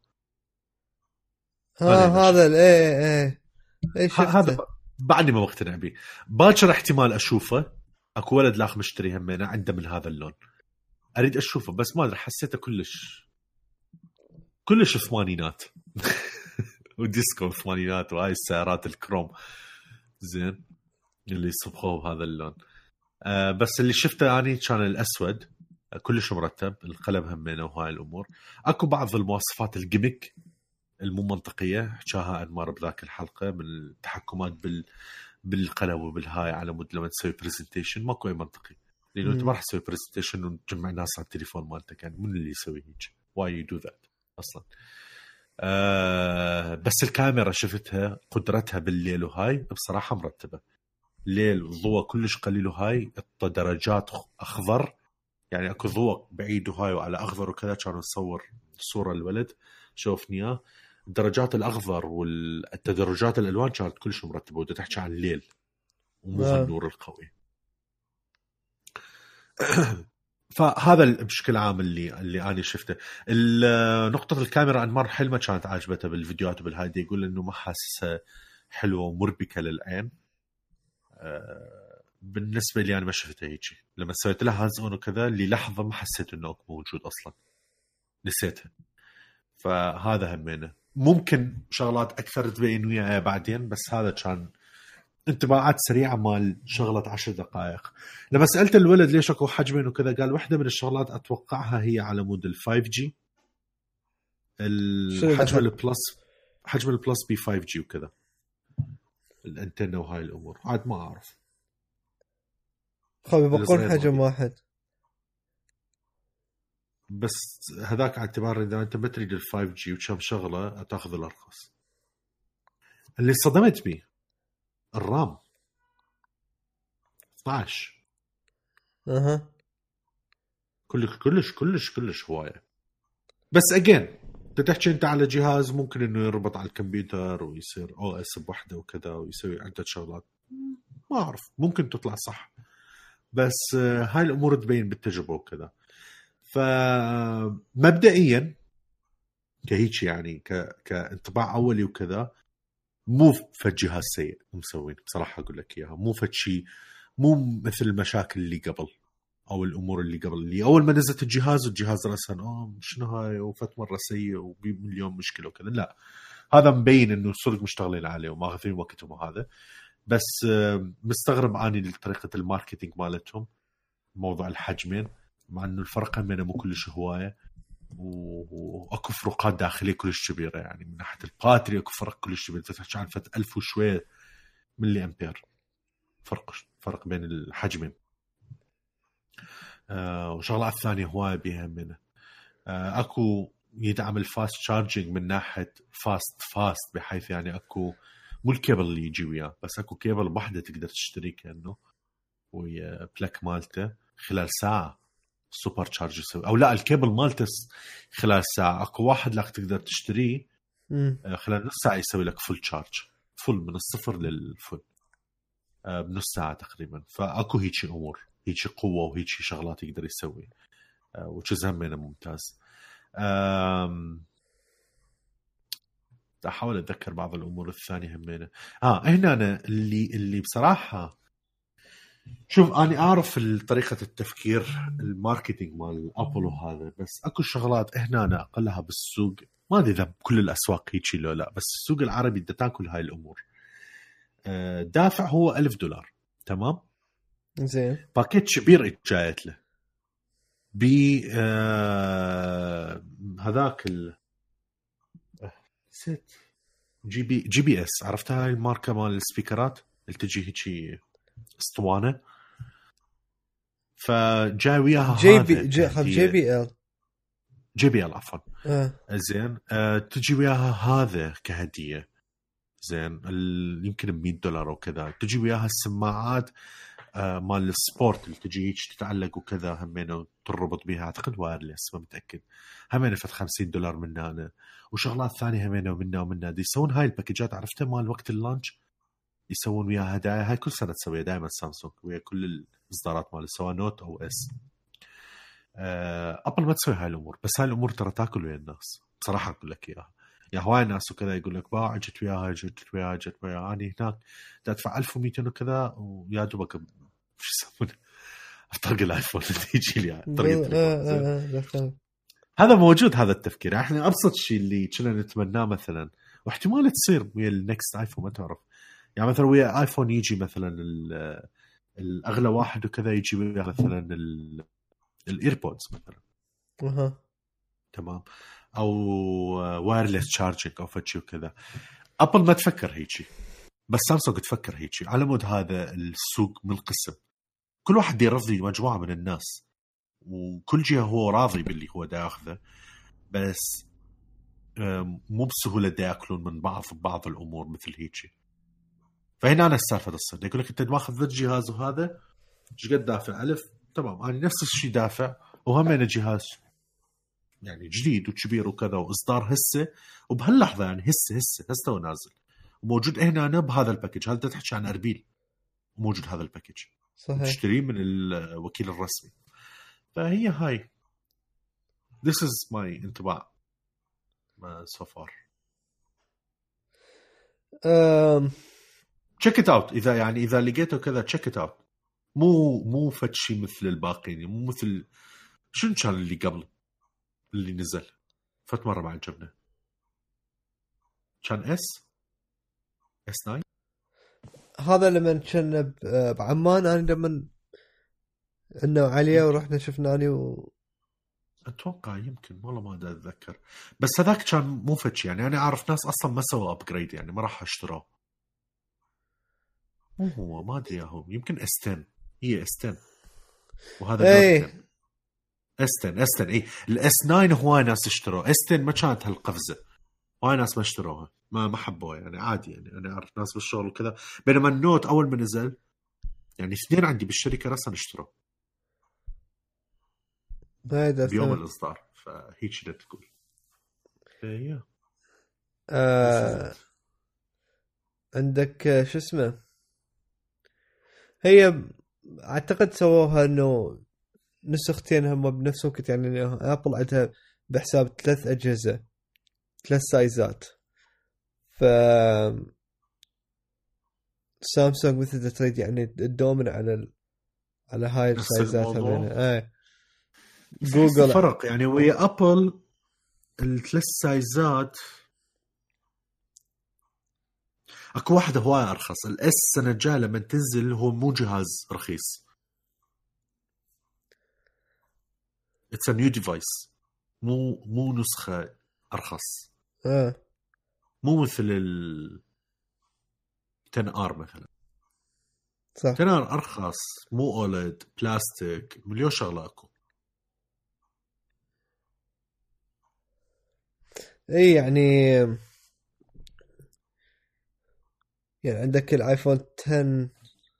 هذا ايه هذا شفته. بعدني ما مقتنع به. باكر احتمال اشوفه، اكو ولد لاخ مشتري همينه عنده من هذا اللون، اريد اشوفه بس ما ادري حسيته كلش ثمانينات وديسكو ثمانينات وهاي السيارات الكروم زين اللي يصبغوه بهذا اللون. بس اللي شفته اني كان الاسود كلش مرتب، القلم همينه وهاي الامور. اكو بعض المواصفات الجيميك المو منطقيه حكاها انمار بذاك الحلقه من التحكمات بالقلم وبالهاي، على مود لما تسوي برزنتيشن ماكو اي منطقي، لانه انت ما راح تسوي برزنتيشن وتجمع ناس على التليفون مالتك، يعني من اللي يسوي هيك؟ واي يو دو ذات اصلا. بس الكاميرا شفتها قدرتها بالليل وهاي بصراحه مرتبه. ليل الضوء كلش قليل وهاي درجات اخضر، يعني اكو ضوء بعيد وهاي وعلى اخضر وكذا. كانوا نصور صوره الولد شوفني اياه، درجات الاخضر والتدرجات الالوان كانت كلش مرتبه، وده تحكي عن الليل ومو النور القوي. فهذا بشكل عام اللي انا شفته. نقطه الكاميرا انمار حلمه كانت عاجبته بالفيديوهات وبالهايدي، يقول انه ما حاسسها حلوه ومربكه للعين. بالنسبه لي انا ما شفتها هيك، لما سويت لها هاندز اون وكذا للحظه ما حسيت انه موجود اصلا، نسيتها. فهذا همينه ممكن شغلات اكثر تبين وياها بعدين، بس هذا كان انطباعات سريعه مال شغله 10 دقائق. لما سالت الولد ليش اكو حجمين وكذا، قال واحده من الشغلات اتوقعها هي على مود ال5G، الحجم البلس، حجم البلس بي 5G وكذا، الانتنه وهاي الامور. عاد ما اعرف، خلي بقول حجم واحد بس هذاك على اعتبار اذا انت ما تريد ال5G وكم شغله تاخذ الارخص. اللي صدمت بي الرام 12. كلش هوايه. بس اجين تحكي انت على جهاز ممكن انه يربط على الكمبيوتر ويصير او اس بوحده وكذا ويسوي عده شغلات، ما اعرف ممكن تطلع صح، بس هاي الامور تبين بالتجربه وكذا. فمبدئيا كهيك يعني كانطباع اولي وكذا، مو فجهاز سيء مسوين بصراحه، اقول لك اياها مو فشي، مو مثل المشاكل اللي قبل او الامور اللي قبل، اللي اول ما نزلت الجهاز راسا شنو هاي وفت مره سيء ومليون مشكله وكذا. لا، هذا مبين انه صدق مشتغلين عليه وماخذين وقتهم وهذا. بس مستغرب اني لطريقه الماركتينج مالتهم، موضوع الحجمين، مع انه الفرق بينهم مو كلش هوايه، واكو فروقات داخليه كلش كبيره، يعني من ناحيه الباتري اكو فرق كلش كبير، تحكي عن 1000 وشويه ملي امبير فرق بين الحجمين. وشغلات ثانيه هوايه بيها منه. اكو يدعم الفاست شارجينج من ناحيه فاست بحيث يعني اكو مو الكيبل اللي يجي وياه، بس اكو كيبل واحده تقدر تشتري كانه ويا بلاك مالته خلال ساعه سوبر تشارج يسوي، او لا الكيبل مالته خلال ساعه. اكو واحد لك تقدر تشتريه خلال نص ساعه يسوي لك فول تشارج، فول من الصفر للفل بنص ساعه تقريبا. فاكو هيك امور، هيك قوه وهيك شغلات يقدر يسوي، وجزء منه ممتاز. احاول اتذكر بعض الامور الثانيه همينه. هنا أنا اللي بصراحه، شوف أنا أعرف طريقة التفكير الماركتينج مال أبل وهذا، بس أكو شغلات هنا أنا أقلها بالسوق، ما أدري إذا بكل الأسواق هيك لو لا، بس السوق العربي دا تاكل هاي الأمور. دافع هو $1000 تمام، زين باكيت كبير جايت له ب هذاك نسيت جي بي اس، عرفتها هاي الماركة مال السبيكرات اللي تجي هيك اسطوانه، فجاي وياها جي بي ال عفوا. زين تجي وياها هذا كهديه، زين يمكن $100 او كذا. تجي وياها السماعات مال السبورت اللي تجي هيك تتعلق وكذا همينه تربط بها اعتقد وايرلس ما متاكد همينه فت $50 من هنا وشغلات ثانيه همينه ومنها دي يسوون هاي الباكجات عرفتها مال وقت اللانش يسوون وياها هدايا هاي كل سنه تسويها دائما سامسونج ويا كل الاصدارات مال سواء نوت او اس. ابل ما تسوي هاي الامور بس هاي الامور ترى تاكل ويا الناس بصراحه اقول لك اياها يا هواي ناس وكذا يقول لك باع جت وياها اني هناك تدفع 1200 وكذا ويا دوبك شو يسمونه اطلق الايفون تيجي لي طريقه هذا موجود هذا التفكير. احنا ابسط شيء اللي كنا نتمناه مثلا واحتمال تصير ويا النكست ايفون ما تعرف يعني مثلا ويا ايفون يجي مثلا الاغلى واحد وكذا يجي ويا مثلا الايربودز مثلا تمام او وايرلس تشارجنج او فتشي وكذا. ابل ما تفكر هيجي بس سامسونج تفكر هيجي على مود هذا السوق منقسم كل واحد يرضي مجموعة من الناس وكل جهة هو راضي باللي هو دا ياخذه بس مو بسهولة دا ياكلون من بعض الأمور مثل هيجي. فهنا أنا السالفة تصير يقول لك أنت ماخذ ذا الجهاز وهذا إيش قد دافع ألف تمام أنا نفس الشيء دافع وهم أنا جهاز يعني جديد وكبير وكذا وإصدار هسه وبهاللحظة يعني هسه ونازل وموجود هنا أنا بهذا الباكج. هل تحكي عن أربيل موجود هذا الباكج صحيح تشتريه من الوكيل الرسمي. فهي هاي this is my انطباع so far. check it out إذا لقيته كذا check it out مو فتشي مثل الباقين مو مثل شنو كان اللي قبل اللي نزل فت مرة ما عجبنا كان S9 هذا لما كنا بعمان أنا لما إنه عليا ورحنا شفناني أتوقع يمكن والله ما أتذكر بس هذاك كان مو فتش يعني أنا أعرف ناس أصلا ما سووا أبجريد يعني ما راح أشتراه هو ما أدري هو يمكن S10 هي S10 وهذا ايه S10 ايه الS9 هواي ناس اشتروه S10 ما كانت هالقفزة هواي ناس ما اشتروها ما حبوها يعني عادي يعني أنا أعرف ناس بالشغل وكذا بينما النوت أول ما نزل يعني 2 عندي بالشركة رأسا اشتروه بيوم الإصدار فهيك شو تقول فهي عندك شو اسمه هي أعتقد سووها إنه نسختين هم بنفس الوقت يعني أبل عندها بحساب 3 أجهزة 3 سايزات ف سامسونج مثل تريد يعني تدومن على هاي السايزات يعني جوجل فرق يعني ويا أبل ال3 سايزات اكو واحدة هواي ارخص الاس السنة الجاية لما تنزل هو مو جهاز رخيص it's a new device مو نسخة ارخص مو مثل ال 10R مثلا صح 10R ارخص مو اولد بلاستيك مليون شغلة اكو اي يعني عندك الايفون 10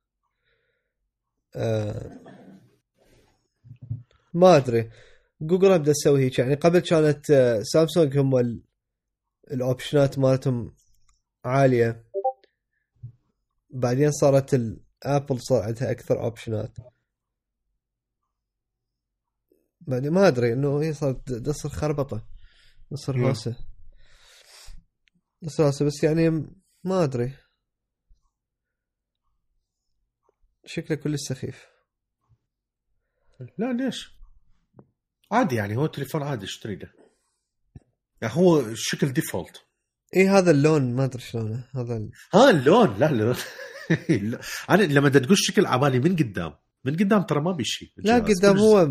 ما ادري جوجل ابدا تسوي هيك يعني قبل كانت سامسونج هم الاوبشنات مالتهم عاليه بعدين صارت الابل صار عندها اكثر اوبشنات بعدين ما ادري انه هي صارت تصير خربطه تصير هوسه بس يعني ما ادري شكله كل سخيف لا ليش عادي يعني هو تليفون عادي اشتري له يعني هو الشكل ديفولت ايه هذا اللون ما ادري شلونه هذا اللون لا انا لما تقول شكل عبالي من قدام ترى ما بيشي لا قدام هو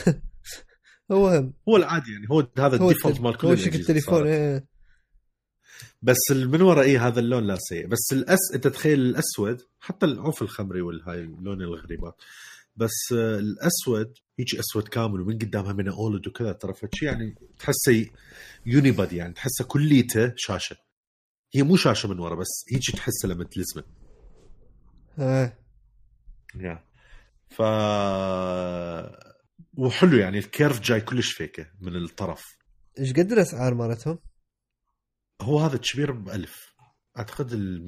هو العادي يعني هو هذا الديفولت مال كل هو شكل التليفون ايه بس من وراء ايه هذا اللون لا سيء بس انت تخيل الاسود حتى العوف الخمري والهاي اللون الغريبات بس الاسود هيك اسود كامل ومن قدامها من اولد وكذا ترى فشي يعني تحسه يونيبادي يعني تحسه كليته شاشه هي مو شاشه من ورا بس هيك تحسه لما تلزمه ف وحلو يعني الكيرف جاي كلش فيكه من الطرف. ايش قد الاسعار مالتهم؟ هو هذا الكبير ب1000 اعتقد. ال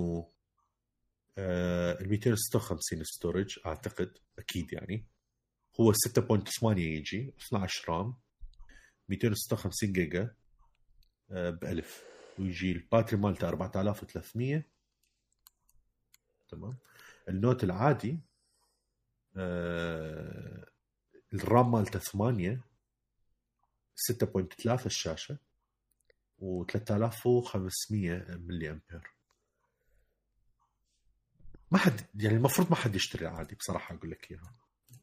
256 ستورج اعتقد اكيد يعني. هو 6.8 يجي 12 رام 256 جيجا ب1000. ويجي الباتري مالته 4300. تمام. النوت العادي الرام مالته 8 6.3 الشاشة و3500 ملي أمبير. ما حد يعني المفروض ما حد يشتري عادي بصراحة أقول لك إياها.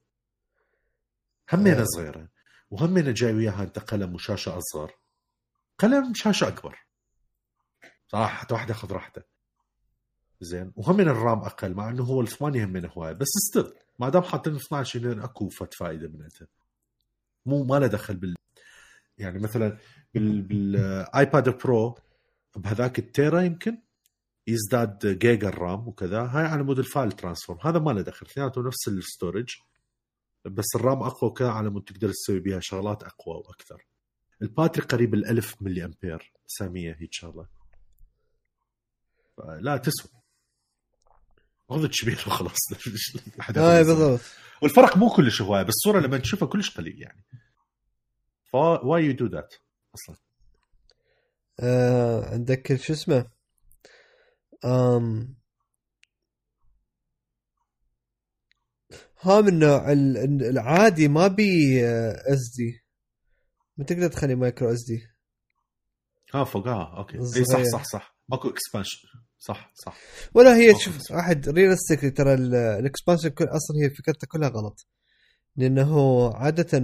همينة صغيرة وهمينة جاي وياها أنت قلم وشاشة أصغر. قلم شاشة أكبر صراحة حتى واحدة أخذ راحته زين. وهمين الرام أقل مع أنه هو الثمانية همينة هواية بس استغل ما دام حاطين 12 أكو فائدة منها. مو ما له دخل يعني مثلا بالايباد برو بهذاك التيرا يمكن يزداد جيجا الرام وكذا. هاي على مود الفايل ترانسفورم هذا ما له دخل اثنيناتهم نفس الستورج بس الرام اقوى وكذا على مود تقدر تسوي بها شغلات اقوى واكثر. الباتري قريب 1000 ملي امبير 900 هيك شغله. لا تسوى هذا كبير وخلاص. بالضبط. والفرق مو كلش هواي بس الصوره لما تشوفها كلش قليل يعني. why you do that اصلا. عندك شو اسمه ها من النوع العادي ما بي اس دي. ما تقدر تخلي مايكرو اس دي. فوقها اوكي اي صح ماكو اكسبانشن. صح ولا هي تشوف واحد ريالستيك ترى الاكسبانشن اصلا هي فكرتها كلها غلط لانه عاده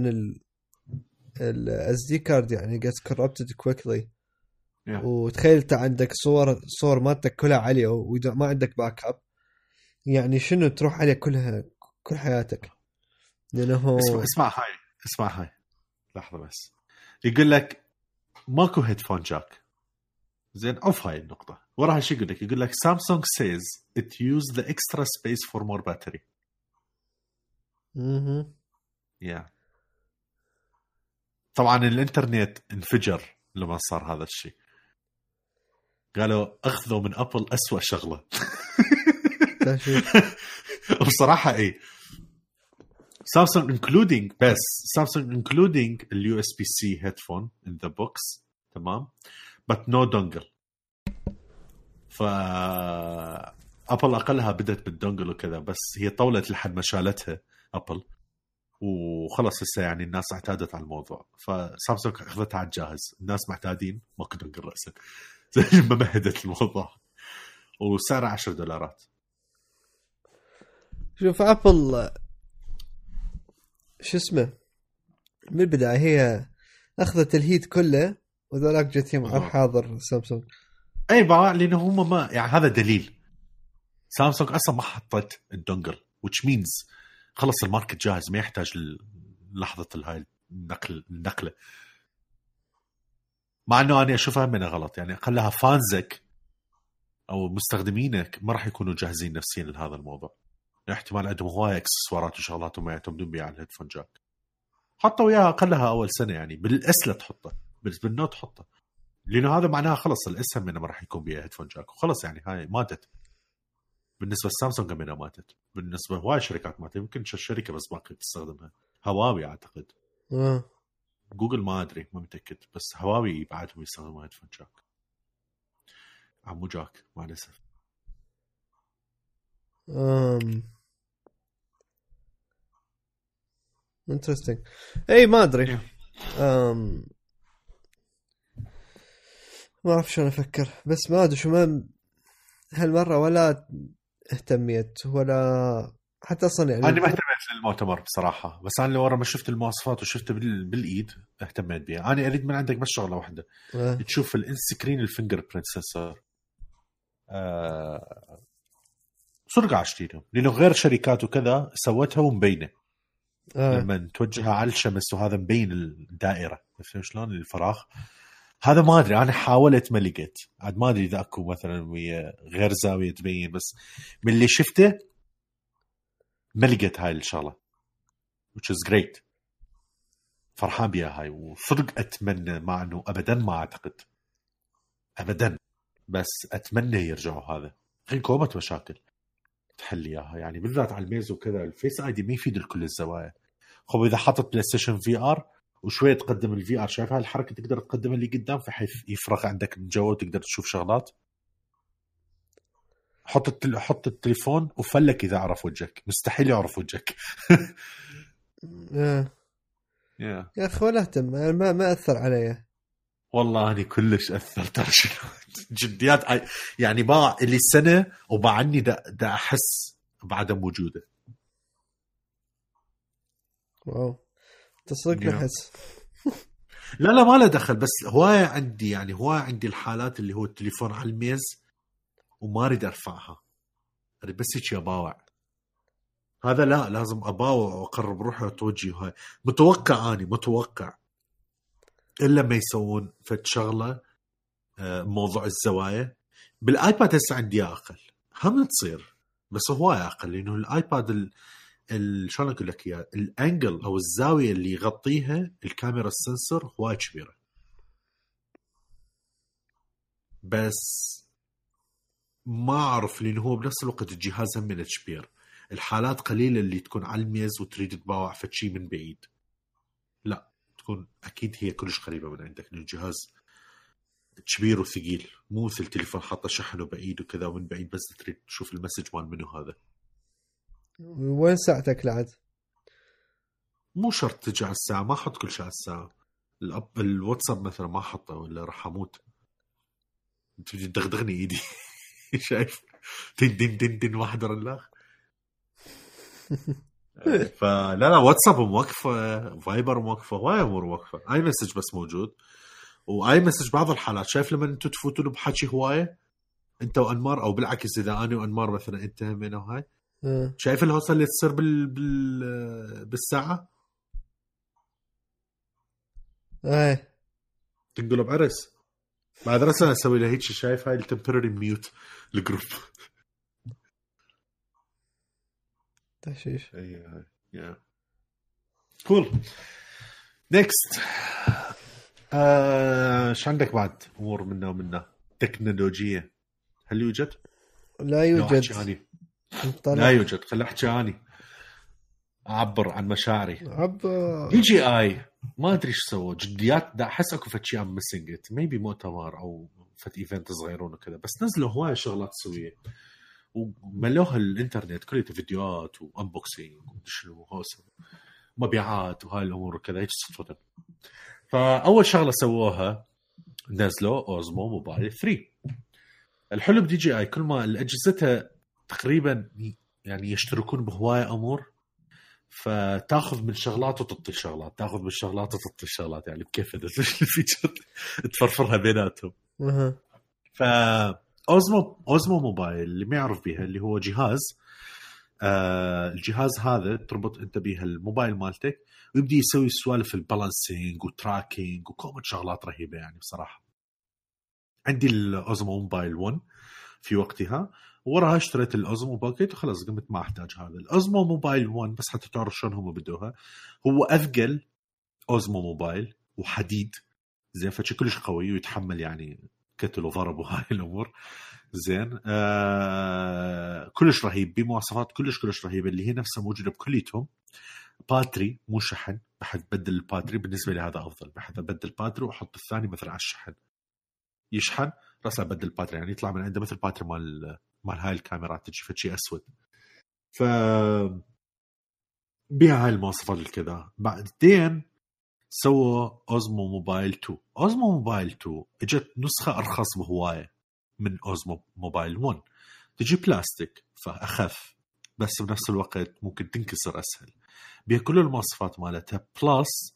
الاس دي كارد يعني gets corrupted quickly. وتخيل انت عندك صور مالتك كلها عاليه واذا ما عندك باك اب يعني شنو تروح عليه كل حياتك. لانه اسمع هاي لحظه بس. يقول لك ماكو هيدفون جاك زين. اوف هاي النقطه وراها شو يقول لك سامسونج says it use the extra space for more battery. طبعا الانترنت انفجر لما صار هذا الشيء. قالوا اخذوا من ابل أسوأ شغله. بصراحه اي سامسونج including اليو اس بي سي هيدفون in the box تمام but no dongle. ابل اقلها بدت بالدونجل وكذا بس هي طولت لحد ما شالتها ابل وخلص هسه يعني الناس اعتادت على الموضوع. فسامسونج اخذتها على الجاهز. الناس معتادين ماكو دونجل راسا زي ما مهدت الموضوع وسعره $10. شوف ابل شو اسمه من البداية هي أخذت الهيت كله وذولاك جت يوم حاضر سامسونج. أي بقى لأنه هم ما يعني هذا دليل سامسونج أصلا ما حطت الدونجل which means خلص الماركت جاهز ما يحتاج لحظة هاي النقلة. مع أنه أنا أشوفها منها غلط يعني أقلها فانزك أو مستخدمينك ما راح يكونوا جاهزين نفسيا لهذا الموضوع. احتمال عندهم هواية اكسسوارات وشغلات وما يعتمدون بها على الهيدفون جاك. حطوا وياها أقلها أول سنة يعني بالأسلة تحطه بالنوت تحطه لأنه هذا معناها خلص الأسهم منه ما راح يكون بها هيدفون جاك وخلص يعني هاي ماتت. بالنسبة لسامسونج منها ماتت. بالنسبة هواي شركات ماتت. يمكن شركة بس باقي تستخدمها هواوي أعتقد. جوجل ما أدري ما متأكد بس هواوي بعدهم يستخدموا هيدفون جاك. عمو جاك مع الأسف. interesting. اي ما ادري ما اعرف شلون افكر بس ما ادري شو ما هالمره ولا اهتميت ولا حتى اصلا يعني انا ما اهتميت للمؤتمر بصراحه بس انا ورا ما شفت المواصفات وشفت بالايد اهتميت بها. انا اريد من عندك بس شغله واحده تشوف السكرين الفينجر برنت سنسور سرقة عشتينهم لانه غير شركات وكذا سوتها ومبينه لما توجهها على الشمس وهذا مبين الدائره فهمت شلون الفراغ. هذا ما ادري انا حاولت ما لقيت عاد ما ادري اذا اكو مثلا ويا غير زاويه تبين بس من اللي شفته ما لقيت هاي الشغله which is great. فرحان بيها هاي وصدق اتمنى، مع انه ابدا ما اعتقد ابدا، بس اتمنى يرجعوا هذا. الحين كومة مشاكل تحل اياها يعني، بالذات على الميز وكذا. الفيس اي دي ما يفيد لكل الزوايا. خب اذا حطت بلاي ستيشن في ار وشويه تقدم الفي ار، شايف هاي الحركه تقدر تقدمها اللي قدام بحيث يفرغ عندك من جوا وتقدر تشوف شغلات. حط التليفون وفلك اذا عرف وجهك، مستحيل يعرف وجهك. يا اخي ولا اهتم، ما اثر علي والله أنا كلش أثرت جديات يعني باع اللي سنة وبعني دا أحس بعدم وجوده. واو تصدق نحس. لا ما له دخل، بس هواية عندي يعني هواية عندي الحالات اللي هو التليفون على الميز وما أريد أرفعها، أريد بس هيك أباوع. هذا لا، لازم أباوع وأقرب روحي وأتوجه. هاي متوقع إلا ما يسوون فد شغلة موضوع الزوايا. بالايباد هسه عندي اقل، هم تصير بس هو اقل، لانه الايباد شلون اقول لك اياه، الانجل او الزاويه اللي يغطيها الكاميرا السنسور هواي كبيره. بس ما اعرف، لانه هو بنفس الوقت الجهاز هم من كبير. الحالات قليله اللي تكون على الميز وتريد تباوع فشي من بعيد، لا تكون اكيد هي كلش قريبه من عندك، لأن الجهاز كبير وثقيل، مو مثل تليفون حاطه شحنه بعيد وكذا، ومن بعيد بس تريد تشوف المسج مال منو هذا. وين ساعتك لعد؟ مو شرط تجي على الساعة، ما أحط كل شيء على الساعة. الواتساب مثلا ما أحطه ولا راح أموت، تجي تدغدغني إيدي. شايف دين دين دين واحد الله. فلا واتساب موقفة، فايبر موقفة، هواي أمور موقفة. أي مسج بس موجود، وأي مسج بعض الحالات شايف لما أنتوا تفوتون بحكي هواية أنت وأنمار، أو بالعكس إذا أنا وأنمار مثلا أنت همين وهاي، شايف الهوسة اللي تصير بالساعة تنقلب عرس بعد رسالة اسوي له هيك. شايف هاي التمبرري ميوت الجروب تشيش. يا كول. نيكست شو عندك بعد امور منا تكنولوجيه؟ هل يوجد؟ لا يوجد. لا يوجد. خلي احكي اني اعبر عن مشاعري. عبر دي جي اي ما ادري ايش سووا جديات، دا احس اكو فد شيء ام ميسنج ات، ميبي مؤتمر او فد ايفنت صغيرون وكذا، بس نزلوا هواي شغلات سويه وملوها الانترنت كله فيديوهات وانبوكسينج وشنو هوسه مبيعات وهاي الامور وكذا هيك صدفه. فاول شغله سووها نزلوا اوزمو موبايل 3. الحلو بدي جي اي كل ما اجهزتها تقريبا يعني يشتركون بهوايه امور، فتاخذ من شغلات وتعطي شغلات، تاخذ من شغلات وتعطي شغلات، يعني بكيف الفيتشر تفرفرها بيناتهم. ف اوزمو موبايل اللي ما يعرف بيها اللي هو جهاز الجهاز هذا تربط انت بيها الموبايل مالتك ويبدي يسوي سوالف البالانسينج وتراكينج وكومة شغلات رهيبة يعني بصراحة. عندي الاوزمو موبايل 1 في وقتها، وراها اشتريت الاوزمو باكيت وخلاص قمت ما احتاج هذا الاوزمو موبايل 1 بس حتى تعرف شلون هم بدوها. هو اثقل اوزمو موبايل وحديد زين، فشكلش قوي ويتحمل يعني كتل وضرب وهاي الامور زين. كلش رهيب بمواصفات كلش رهيبه اللي هي نفسها موجوده بكليتهم. باتري مو شحن، بحد بدل الباتري، بالنسبه لي هذا افضل، بحد ابدل باتري واحط الثاني مثلا على الشحن يشحن راسا بدل الباتري، يعني يطلع من عنده مثل باتري مال هاي الكاميرات تجي فشي اسود. ف بها هاي المواصفات الكذا. بعدين سووا اوزمو موبايل 2. اوزمو موبايل 2 اجت نسخه ارخص بهوايه من اوزمو موبايل 1، تجي بلاستيك فاخف بس بنفس الوقت ممكن تنكسر اسهل، بها كل المواصفات مالتها بلس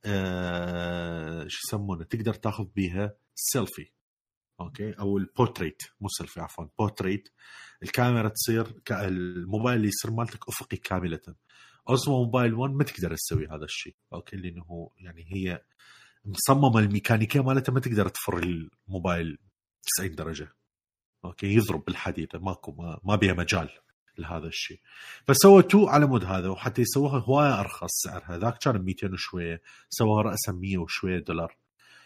شو يسمونه تقدر تاخذ بيها سيلفي اوكي، او البورتريت مو سيلفي عفوا بورتريت. الكاميرا تصير الموبايل اللي يصير مالتك افقي كامله. اوزمو موبايل 1 ما تقدر تسوي هذا الشيء اوكي، لانه يعني هي مصممه الميكانيكيه مالتها ما تقدر تفر الموبايل 90 درجه اوكي، يضرب بالحديد ماكو ما بيها مجال لهذا الشيء. فسووا 2 على مود هذا، وحتى يسووها هواية أرخص سعرها، ذاك كان 200 وشوية، سووها رأسا 100 وشوية دولار.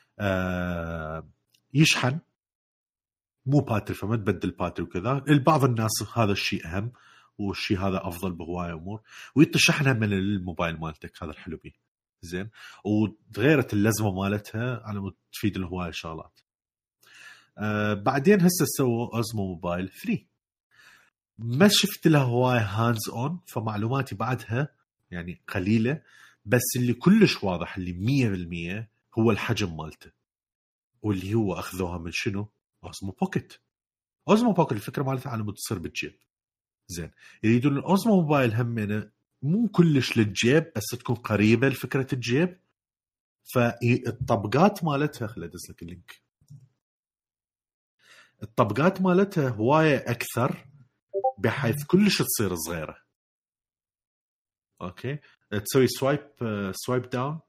يشحن مو باتري، فما تبدل باتري وكذا. البعض الناس هذا الشيء أهم، والشيء هذا أفضل بهواية أمور. ويتشحنها من الموبايل مالتك، هذا الحلو بيه زين. وتغيرت اللزمة مالتها على مود تفيد الهواية شغلات. بعدين هسه سووا أوزمو موبايل 3، ما شفت له هواية هاندز اون، فمعلوماتي بعدها يعني قليلة، بس اللي كلش واضح اللي 100% هو الحجم مالته، واللي هو أخذوها من شنو؟ أوزمو بوكيت. أوزمو بوكيت الفكرة مالتها على مود تصير بالجيب زين. يريدون الأوزمو موبايل همينه مو كلش للجيب، بس تكون قريبة لفكرة الجيب. فالطبقات مالتها خلي أدز لك اللينك، الطبقات مالتها هواية أكثر، بحيث كلش تصير صغيرة. أوكي، تسوي سوايب داون،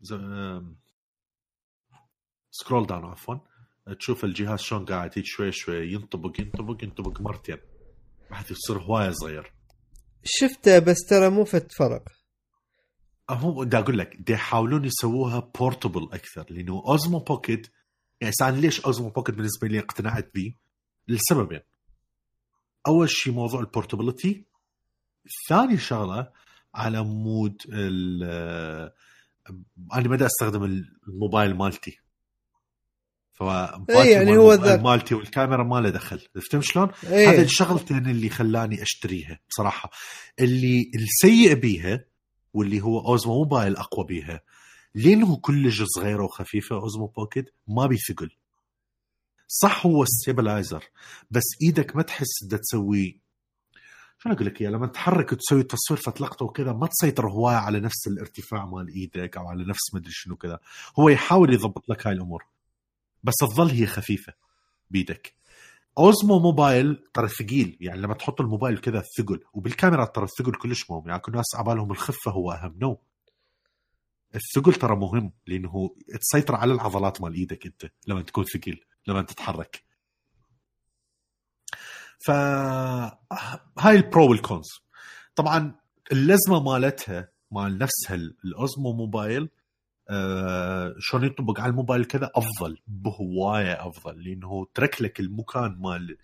سكرول داون عفوا، تشوف الجهاز شلون قاعد هيك شوي شوي ينطبق مرتين، بحيث يصير هواية صغير. شفته بس ترى مو فت فرق. هو دا أقول لك دا يحاولون يسووها بورتبل أكثر، لأنه أوزمو بوكيت يعني سأل ليش أوزمو بوكيت بالنسبة لي اقتنعت به لسببين. أول شيء موضوع البورتابيلتي، ثاني شغلة على مود أنا بدأ أستخدم الموبايل مالتي، يعني هو ذا مالتي والكاميرا ما له دخل، فهمت شلون؟ هذا الشغلتين اللي خلاني أشتريها بصراحة. اللي السيء بيها واللي هو أوزمو موبايل أقوى بيها، لأنه كلش صغيرة وخفيفة. أوزمو بوكيت ما بيثقل، صح هو ستيبلايزر، بس ايدك ما تحس دا تسوي شو اقول لك، لما تحرك وتسوي تصوير فتلقطه وكذا ما تسيطر هوايه على نفس الارتفاع مال ايدك او على نفس مدري شنو كذا. هو يحاول يضبط لك هاي الامور، بس تظل هي خفيفه بيدك. اوزمو موبايل ترى ثقيل، يعني لما تحط الموبايل كذا ثقل، وبالكاميرا ترى الثقل كلش مهم. يعني كل الناس عبالهم الخفه هو اهم، نو، الثقل ترى مهم، لانه تسيطر على العضلات مال ايدك انت لما تكون ثقيل لما تتحرك. فهاي البرو والكونز. طبعا اللزمه مالتها مال نفسها الاوزمو موبايل شلون يطبق على الموبايل كذا افضل بهوايه افضل، لانه ترك لك المكان مال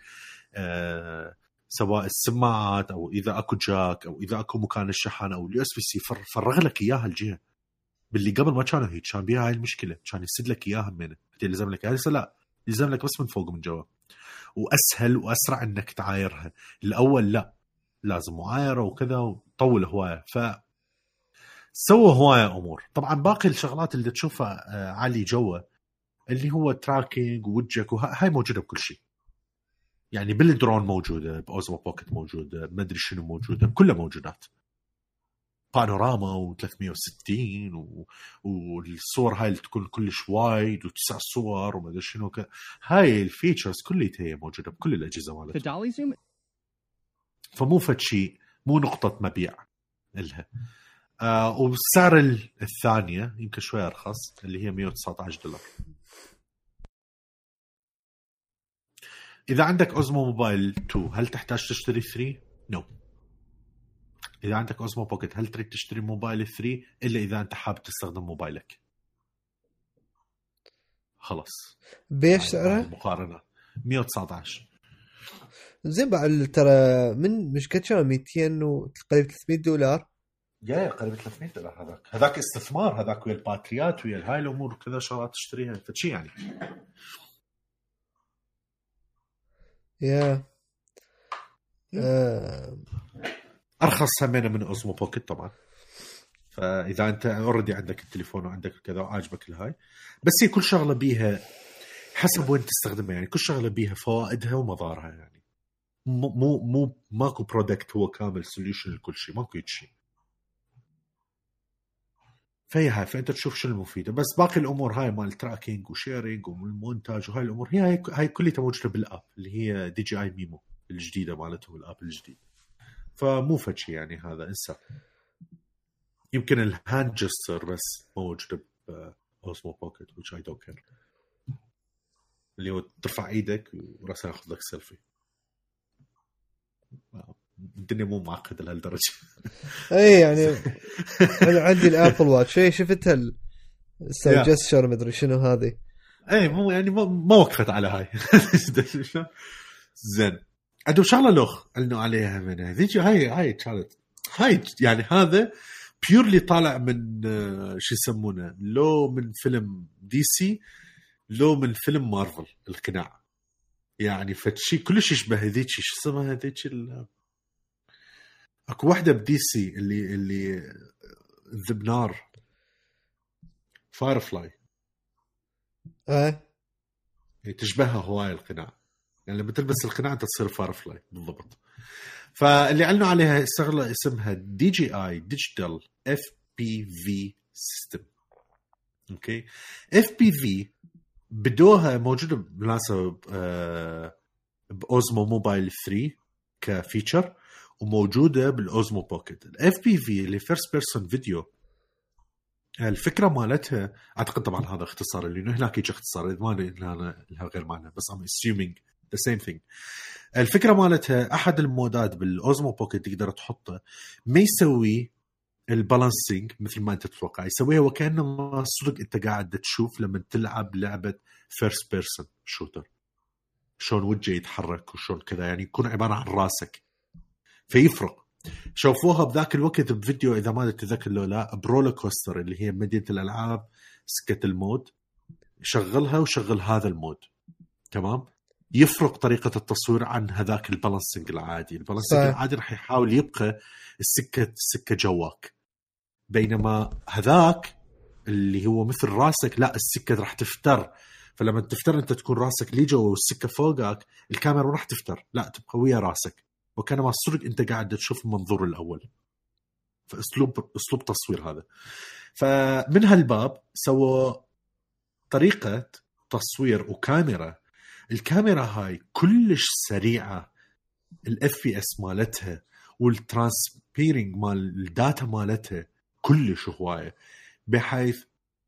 سواء السماعات او اذا اكو جاك او اذا اكو مكان الشحن او اليو اس بي سي، فرغ لك اياها الجهه. باللي قبل ما كانوا هيك كان بيها هاي المشكله، كان يسد لك اياها منه يلزم لك. هسه لا، يلزم لك بس من فوق من جوا، وأسهل وأسرع إنك تعايرها. الأول لا، لازم معايرة وكذا وطول هواية. فسووا هواية أمور. طبعا باقي الشغلات اللي تشوفها عالي جوا اللي هو تراكينج ووجهك هاي موجودة بكل شيء. يعني بالدرون موجودة، بأوزمو بوكيت موجودة، ما أدري شنو موجودة، كلها موجودات. بانوراما و360 والصور هاي اللي تكون كلش وايد و9 صور وما ادري شنو هاي الفيتشرز كلها هي موجوده بكل الاجهزه مالتها. فمو فد شيء، مو نقطه مبيع لها. وبالسعر الثانيه يمكن شويه ارخص اللي هي $119. اذا عندك اوزمو موبايل 2 هل تحتاج تشتري 3؟ نو. إذا عندك أوزمو بوكيت هل تريد تشتري موبايل 3؟ إلا إذا أنت حابب تستخدم موبايلك. خلاص. بيش سعره؟ المقارنة 119. زين بعد ترى من مش قد شو 200 وقريب $300. يا قريب $300. هذاك استثمار، هذاك ويا الباتريات ويا هاي الأمور وكذا شغلات تشتريها فشي يعني. يا أرخص همينة من أوزمو بوكيت طبعا. فإذا أنت أوردي عندك التليفون وعندك كذا وعاجبك الهاي، بس هي كل شغلة بيها حسب وين تستخدمها. يعني كل شغلة بيها فوائدها ومضارها. يعني مو ماكو برودكت هو كامل سوليوشن لكل شيء، ماكو شيء. فهي هاي، فأنت تشوف شو المفيدة. بس باقي الأمور هاي مال تراكينج وشيرينج والمونتاج وهاي الأمور هاي كلها موجودة بالآب اللي هي دي جي آي ميمو الجديدة مالتهم، الآب الجديد. فمو فتشي يعني هذا انسى. يمكن الهاند جستر بس موجود بأوزمو بوكيت which I don't care، اللي هو ترفع ايدك وراسا ياخذ لك سيلفي. الدنيا مو معقده لهالدرجه. اي يعني انا عندي الابل واتش، شيء شفتها السجستشر مدري شنو هذه. اي مو يعني ما وقفت على هاي. زين عندهم شغله لوخ قلنا عليها من هذيك، هاي كانت هاي يعني هذا بيورلي طالع من شو يسمونه، لو من فيلم دي سي لو من فيلم مارفل القناع، يعني فتشي كلش يشبه هذيك. شو اسمها هذيك اكو واحده بدي سي اللي ذبنار فاير فلاي، تشبهها هواي القناع، يعني لما تلبس القناع انت تصير فاير فلاي بالضبط. فاللي علنوا عليها شغله اسمها دي جي اي ديجيتال اف بي في سيستم. اوكي اف بي في بدوها موجوده بالمناسبه باوزمو موبايل 3 كفيتشر، وموجوده بالاوزمو بوكيت. الاف بي في اللي فيرست بيرسون فيديو، الفكره مالتها اعتقد طبعا هذا اختصار، اللي هناك يجي اختصار ما لها غير معنى، بس I'm assuming the same thing. الفكره مالتها احد المودات بالاوزمو بوكيت تقدر تحطه ما يسوي البالانسينج مثل ما انت تتوقع، يسويها وكانما صدق انت قاعد تشوف لما تلعب لعبه فيرست بيرسون شوتر شلون وجهه يتحرك وشلون كذا، يعني يكون عباره عن راسك. فيفرق. شوفوها بذاك الوقت بفيديو اذا ما تتذكر لو لا، برولر كوستر اللي هي مدينه الالعاب سكه المود، شغلها وشغل هذا المود تمام. يفرق طريقه التصوير عن هذاك البالانسنج العادي. البالانسنج العادي راح يحاول يبقى السكه جواك، بينما هذاك اللي هو مثل راسك لا، السكه راح تفتر. فلما تفتر انت تكون راسك لي جوا والسكه فوقك، الكاميرا راح تفتر، لا تبقى ويا راسك وكانما الصدق انت قاعد تشوف المنظور الاول. فاسلوب تصوير هذا. فمن هالباب سووا طريقه تصوير وكاميرا. الكاميرا هاي كلش سريعه، الاف بي اس مالتها والترانسبيرنج مال الداتا مالتها كلش هوايه، بحيث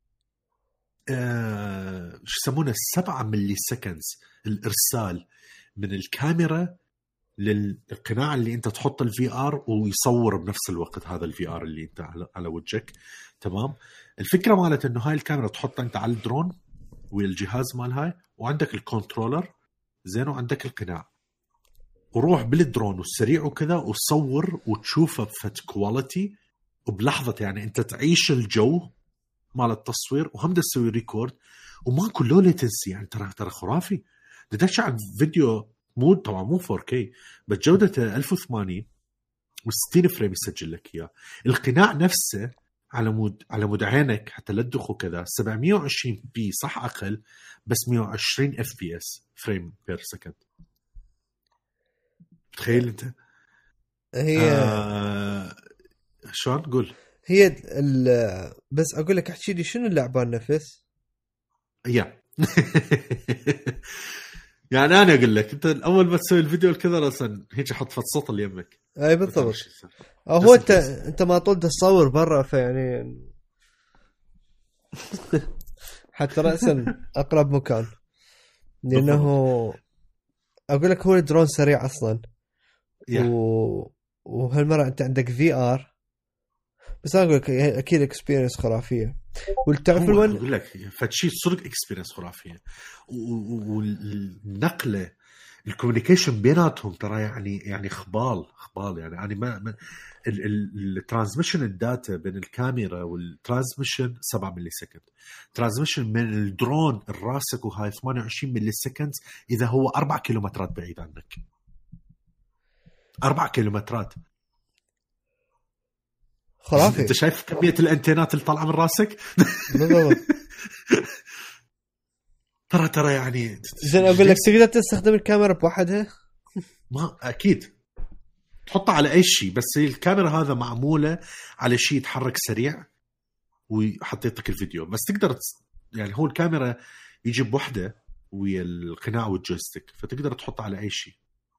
شو يسمونه 7 ملي سكندز الارسال من الكاميرا للقناع اللي انت تحط الفي ار ويصور بنفس الوقت هذا الفي ار اللي انت على وجهك تمام. الفكره مالت انه هاي الكاميرا تحطها انت على الدرون والجهاز مال هاي، وعندك الكنترولر زين وعندك القناع، وروح بالدرون والسريع وكذا وتصور وتشوفه بفت كواليتي وبلحظه، يعني انت تعيش الجو مال التصوير وهم تسوي ريكورد وماكو لو ليتنسي. يعني ترى خرافي. تدش على فيديو مود طبعا مو 4K بس جودته 1080 و60 فريم يسجل لك اياه. القناع نفسه على مود عينك حتى لا تدخ وكذا 720 بي صح اقل، بس 120 اف بي اس فريم بير سكند. تخيل انت هي شلون قول هي بس اقول لك احكي لي شنو اللعبه النفس يا يعني انا اقول لك انت اول ما تسوي الفيديو كذا راسا هيك حط فت صوت اللي يمك. اي بالضبط. هو انت ما طول تصور برا فيعني حتى راسا اقرب مكان، لانه اقول لك هو الدرون سريع اصلا وهالمره انت عندك في ار، بس اقول لك اكيد اكسبيرينس خرافيه. والتعرف الوين اقول لك فتشي صدق اكسبيرينس خرافيه، والنقله الكوميونيكيشن بيناتهم ترى يعني خبال يعني انا ما الترانسميشن الداتا بين الكاميرا والترانسميشن 7 ملي سكند، ترانسميشن من الدرون الراسك وهاي 28 ملي سكند اذا هو 4 كيلومترات بعيد عنك. 4 كيلومترات خرافي. انت شايف كميه الانتينات اللي طالعه من راسك بالضبط. ترى يعني زين اقول لك تقدر تستخدم الكاميرا بوحدها؟ ما اكيد تحطها على اي شيء، بس الكاميرا هذا معموله على شيء يتحرك سريع وحطيتك الفيديو. بس تقدر يعني هو الكاميرا يجي بوحده ويا القناع والجويستيك، فتقدر تحطها على اي شيء.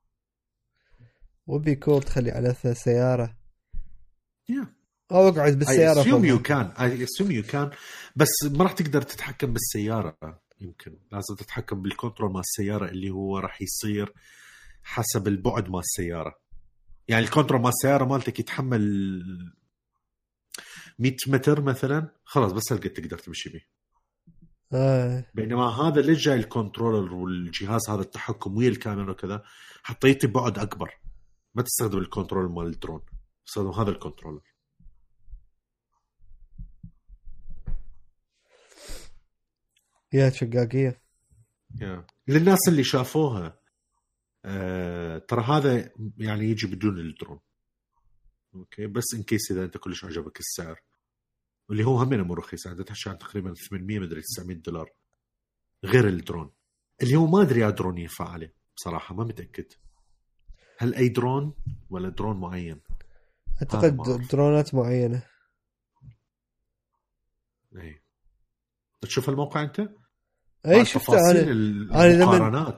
وبي كول تخلي على سياره او اقعد بالسياره. I assume you can بس ما راح تقدر تتحكم بالسياره. يمكن لازم تتحكم بالكنترول مال السياره اللي هو راح يصير حسب البعد مال السياره. يعني الكونترول مال السياره مالتك يتحمل 100 متر مثلا، خلاص بس هالقد تقدر تمشي به. بينما هذا اللي جاي الكنترولر والجهاز هذا التحكم ويا الكاميرا وكذا حطيته بعد اكبر، ما تستخدم الكنترول مال الدرون، تستخدم هذا الكنترولر. يا شقاقية للناس اللي شافوها ترى هذا يعني يجي بدون الدرون، اوكي، بس ان كيس اذا انت كلش عجبك السعر واللي هو همين مو رخيص، عندك تحكي عن تقريبا 800 مدري $900 غير الدرون اللي هو ما ادري يا درون ينفع عليه بصراحه، ما متاكد هل اي درون ولا درون معين. اعتقد درونات معينه. اي تشوف الموقع انت؟ اي شفته انا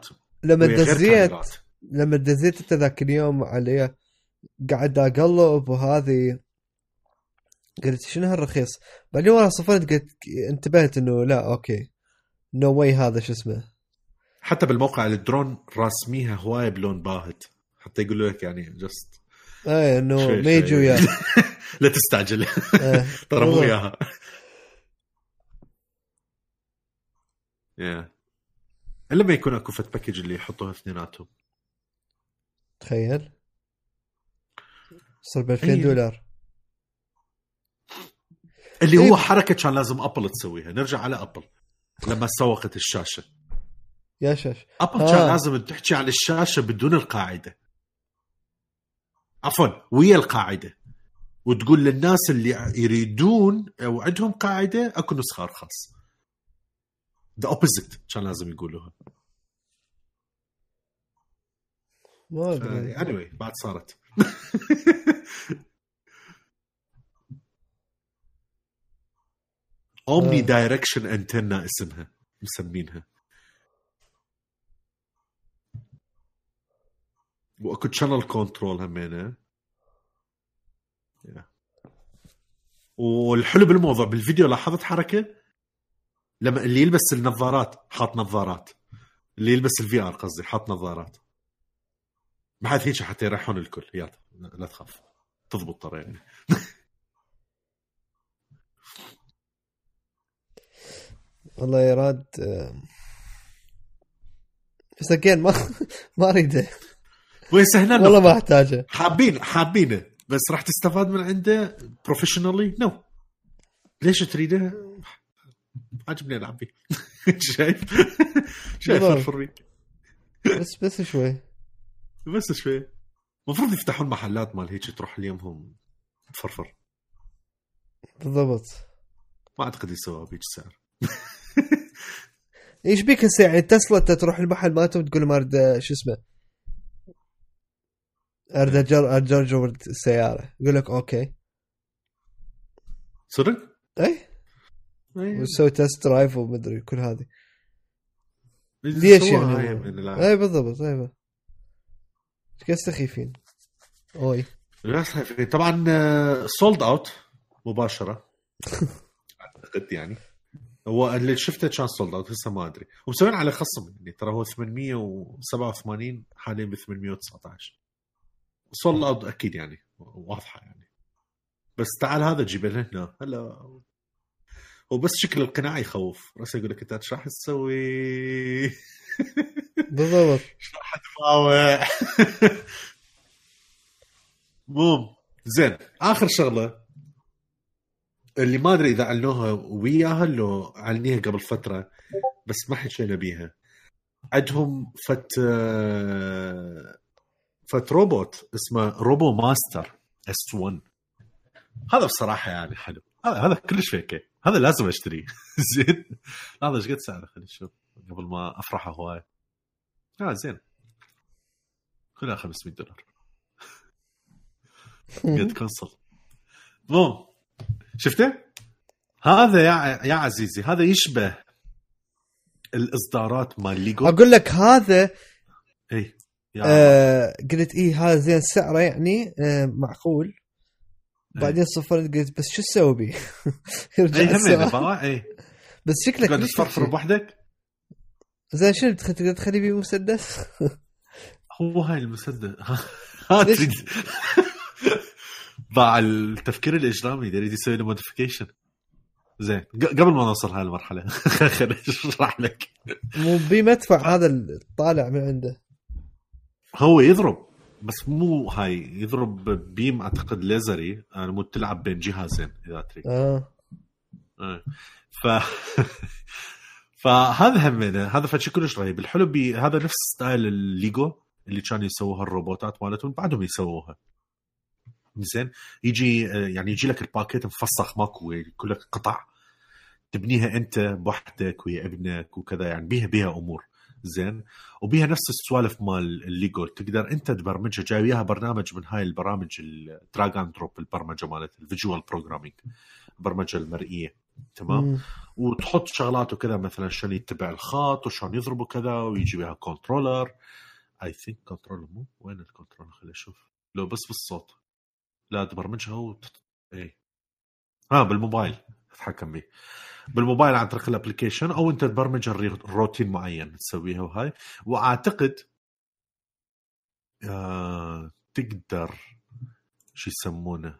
لما دزيت انت ذاك اليوم عليه قاعد اقلب وهذه قلت شنو هالرخيص، بعدين ورا صفرت قلت انتبهت انه لا اوكي نو واي هذا شو اسمه. حتى بالموقع الدرون راسميها هوايه بلون باهت حتى يقولوا لك يعني جست اي انه ما يجوا يا لا تستعجل ترى مو وياها. الا ما يكون اكو فت باكج اللي يحطوها اثنيناتهم، تخيل صار $2000 اللي هو حركه كان لازم ابل تسويها. نرجع على ابل لما سوقت الشاشه يا شاشه ابل كان لازم تحكي عن الشاشه بدون القاعده، عفوا ويا القاعده، وتقول للناس اللي يريدون او عندهم قاعده اكو نسخه ارخص. the opposite كان لازم يقولوها. ما ادري anyway بعد صارت اومني دايركشن انتنا اسمها مسمينها، واكو شانل كنترول همينه. والحلو بالموضوع بالفيديو لاحظت حركه لما اللي يلبس النظارات حاط نظارات، اللي يلبس الفي ار قصدي حاط نظارات، بحيث هيك حتى يريحون الكل. يلا لا تخاف تضبط ترى يعني والله يراد بس اكين ما اريده ويسهلنا والله ما احتاجه، حابينه بس راح تستفاد من عنده بروفيشنالي نو ليش تريده؟ عجبني العب بيه شايف فرفر بس شوي المفروض يفتحون محلات مال هيك تروح اليومهم تفرفر بالضبط. ما اعتقد يسووا بيج سعر ايش بيك هسه يعني تسلا تروح المحل مالتهم تقول ما اريد شو اسمه اريد اجرب السياره، يقول لك اوكي صدق اي وسوي تست درايف ومدري كل هذه ليش يعني اي بالضبط. اي ايش سخيفين اوي لا سخيفين طبعا. سولد اوت مباشره اعتقد يعني هو اللي شفته كان سولد اوت هسه ما ادري، ومسوين على خصم يعني ترى هو 887 حاليا ب 819 سولد اوت اكيد يعني واضحه يعني. بس تعال هذا جيب لنا هنا هلا وبس شكل القناع يخوف. رأس يقول لك انت ايش راح تسوي بالضبط ايش راح تفاوع مو زين. اخر شغله اللي ما ادري اذا اعلنوها وياها لو اعلنيها قبل فتره بس ما حكينا بيها، عندهم فت روبوت اسمه روبو ماستر S1. هذا بصراحه يعني حلو، هذا كلش فيكه، هذا لازم اشتريه زين. هذا ايش قد سعره خلينا نشوف قبل ما افرح هواي. زين كلها $500 قد كونسل. مو شفته هذا يا عزيزي هذا يشبه الاصدارات مال ليجو. اقول لك هذا اي قلت هذا زين سعره يعني معقول. بعدين صفرت قلت بس شو تسوي بيه يرجع بس شكلك قاعد تفرفر بوحدك. زين شنو تخلي بيه مسدس هو هاي المسدس مع التفكير الاجرامي يريد يسوي له موديفيكيشن. زين قبل ما نوصل هاي المرحله خليني اشرح لك. مو بمدفع هذا الطالع من عنده، هو يضرب بس مو هاي، يضرب بيم اعتقد ليزري. انا مو تلعب بين جهازين اذا تريد. ف فهذا همنا هذا فشي كلش رهيب. الحلو هذا نفس ستايل الليجو اللي كانوا يسووها الروبوتات مالتهم بعدهم يسووها. زين يجي يعني يجي لك الباكيت مفسخ ماكو كله قطع تبنيها انت بوحدك ويا ابنك وكذا، يعني بيها امور زين. وبيها نفس السوالف مال الليجو، تقدر انت تبرمجها. جاي وياها برنامج من هاي البرامج الدراج اند دروب، البرمجه مالت الفيجوال بروجرامينج، البرمجه المرئيه تمام. وتحط شغلات وكذا مثلا شلون يتبع الخط وشلون يضرب وكذا، ويجي بها كنترولر. اي ثينك كنترولر، مو وين الكنترولر؟ خليني اشوف. لو بس بالصوت لا تبرمجها اي بالموبايل تتحكم به بالموبايل عن طريق الابليكيشن، او انت تبرمج الروتين معين تسويها. وهاي واعتقد تقدر شو يسمونه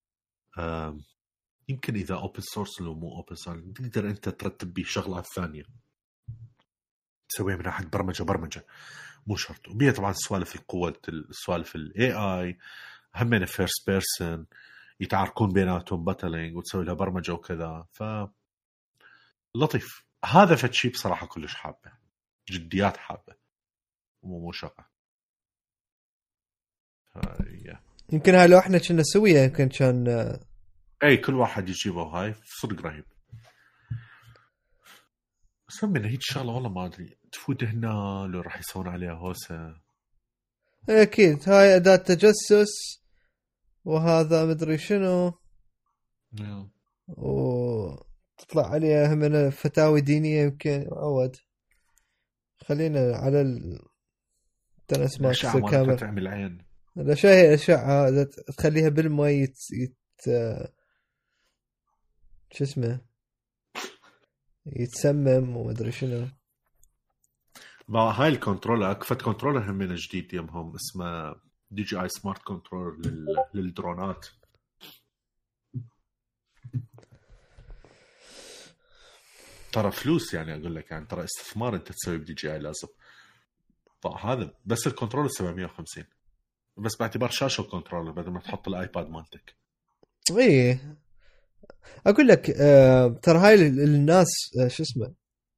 يمكن اذا اوبن سورس لو مو اوبن سورس تقدر انت ترتب به شغلات ثانيه تسويها من ناحيه برمجه مو شرط. وبيها طبعا سوالف القوه، السوالف الاي اي همين فيرست بيرسون يتعاركون بيناتهم باتلينج وتسوي لها برمجه وكذا. ف لطيف هذا فتشي بصراحه كلش حابه، جديات حابه مو شقه. يمكن هاي لو احنا كنا نسويها يمكن كان اي كل واحد يجيبه. هاي صدق رهيب. بس من هيك شغله والله ما ادري تفوت هنا لو راح يسوون عليها هوسه. اكيد هاي اداه تجسس وهذا مدري شنو وتطلع عليها من فتاوي دينيه. يمكن عود خلينا على التنس ماكس كامل تعمل عين الاشياء هي اشعه تخليها بالماء شو اسمه يتسمم ومدري شنو. هاي الكنترولر كفت كنترولر هم من جديد يمهم اسمه دي جي اي سمارت كنترولر للدرونات. ترى فلوس يعني اقول لك، يعني ترى استثمار انت تسوي بدي جي اي لازم. فهذا بس الكنترولر 750 بس باعتبار شاشه الكنترولر بدل ما تحط الايباد مالتك. ايه اقول لك ترى هاي الناس شو اسمه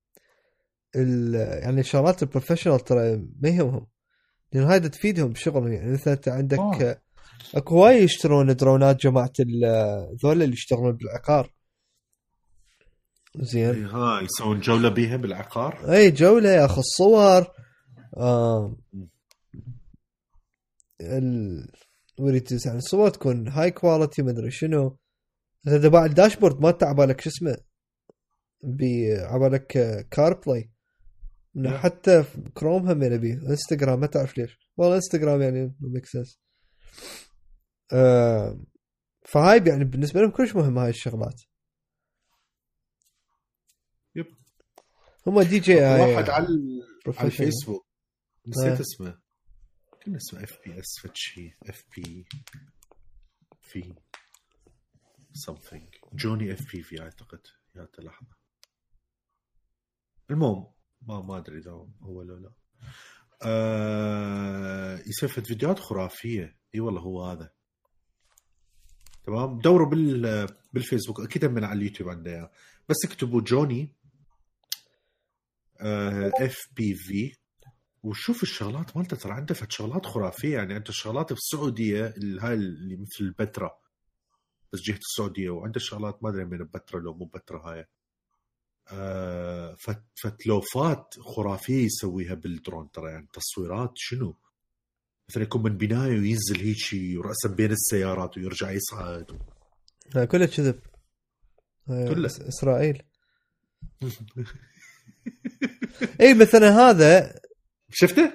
يعني شغلات البروفيشنال ترى ما يهمهم، لأن هاي تفيدهم بشغلهم. يعني مثلا انت عندك اكو هواي يشترون درونات جماعه ذول اللي يشتغلون بالعقار. زين هاي يسوون جوله بيها بالعقار. اي جوله ياخذ صور وريت يعني الصور تكون هاي كواليتي ما ادري شنو. اذا تبع الداشبورد ما تعبالك شو اسمه عبالك كار بلاي حتى كروم هم يبي انستغرام ما تعرف ليش والله انستغرام يعني ميك سنس. فهاي يعني بالنسبه لهم كلش مهمه هاي الشغلات. يب هم دي جي واحد على الفيسبوك نسيت اسمه، كان اسمه اف بي اس فتشي اف بي في something جوني اف بي في اعتقد يا لحظه. المهم ما ادري اذا هو ولا لا. يسوي فيديوهات خرافيه. اي والله هو هذا تمام. دوروا بالفيسبوك اكيد من على اليوتيوب عنده، بس اكتبوا جوني اف بي في وشوف الشغلات مالته. ترى عنده شغلات خرافيه، يعني عنده شغلات في السعوديه هاي اللي مثل البتراء بس جهه السعوديه، وعنده شغلات ما ادري من البتراء لو مو بتراء هاي فتلوفات خرافيه يسويها بالدرون. ترى يعني تصويرات شنو مثلا يكون من بنايه وينزل هيجي ورأسا بين السيارات ويرجع يصعد. كله كذب كله اسرائيل. اي مثلا هذا شفته؟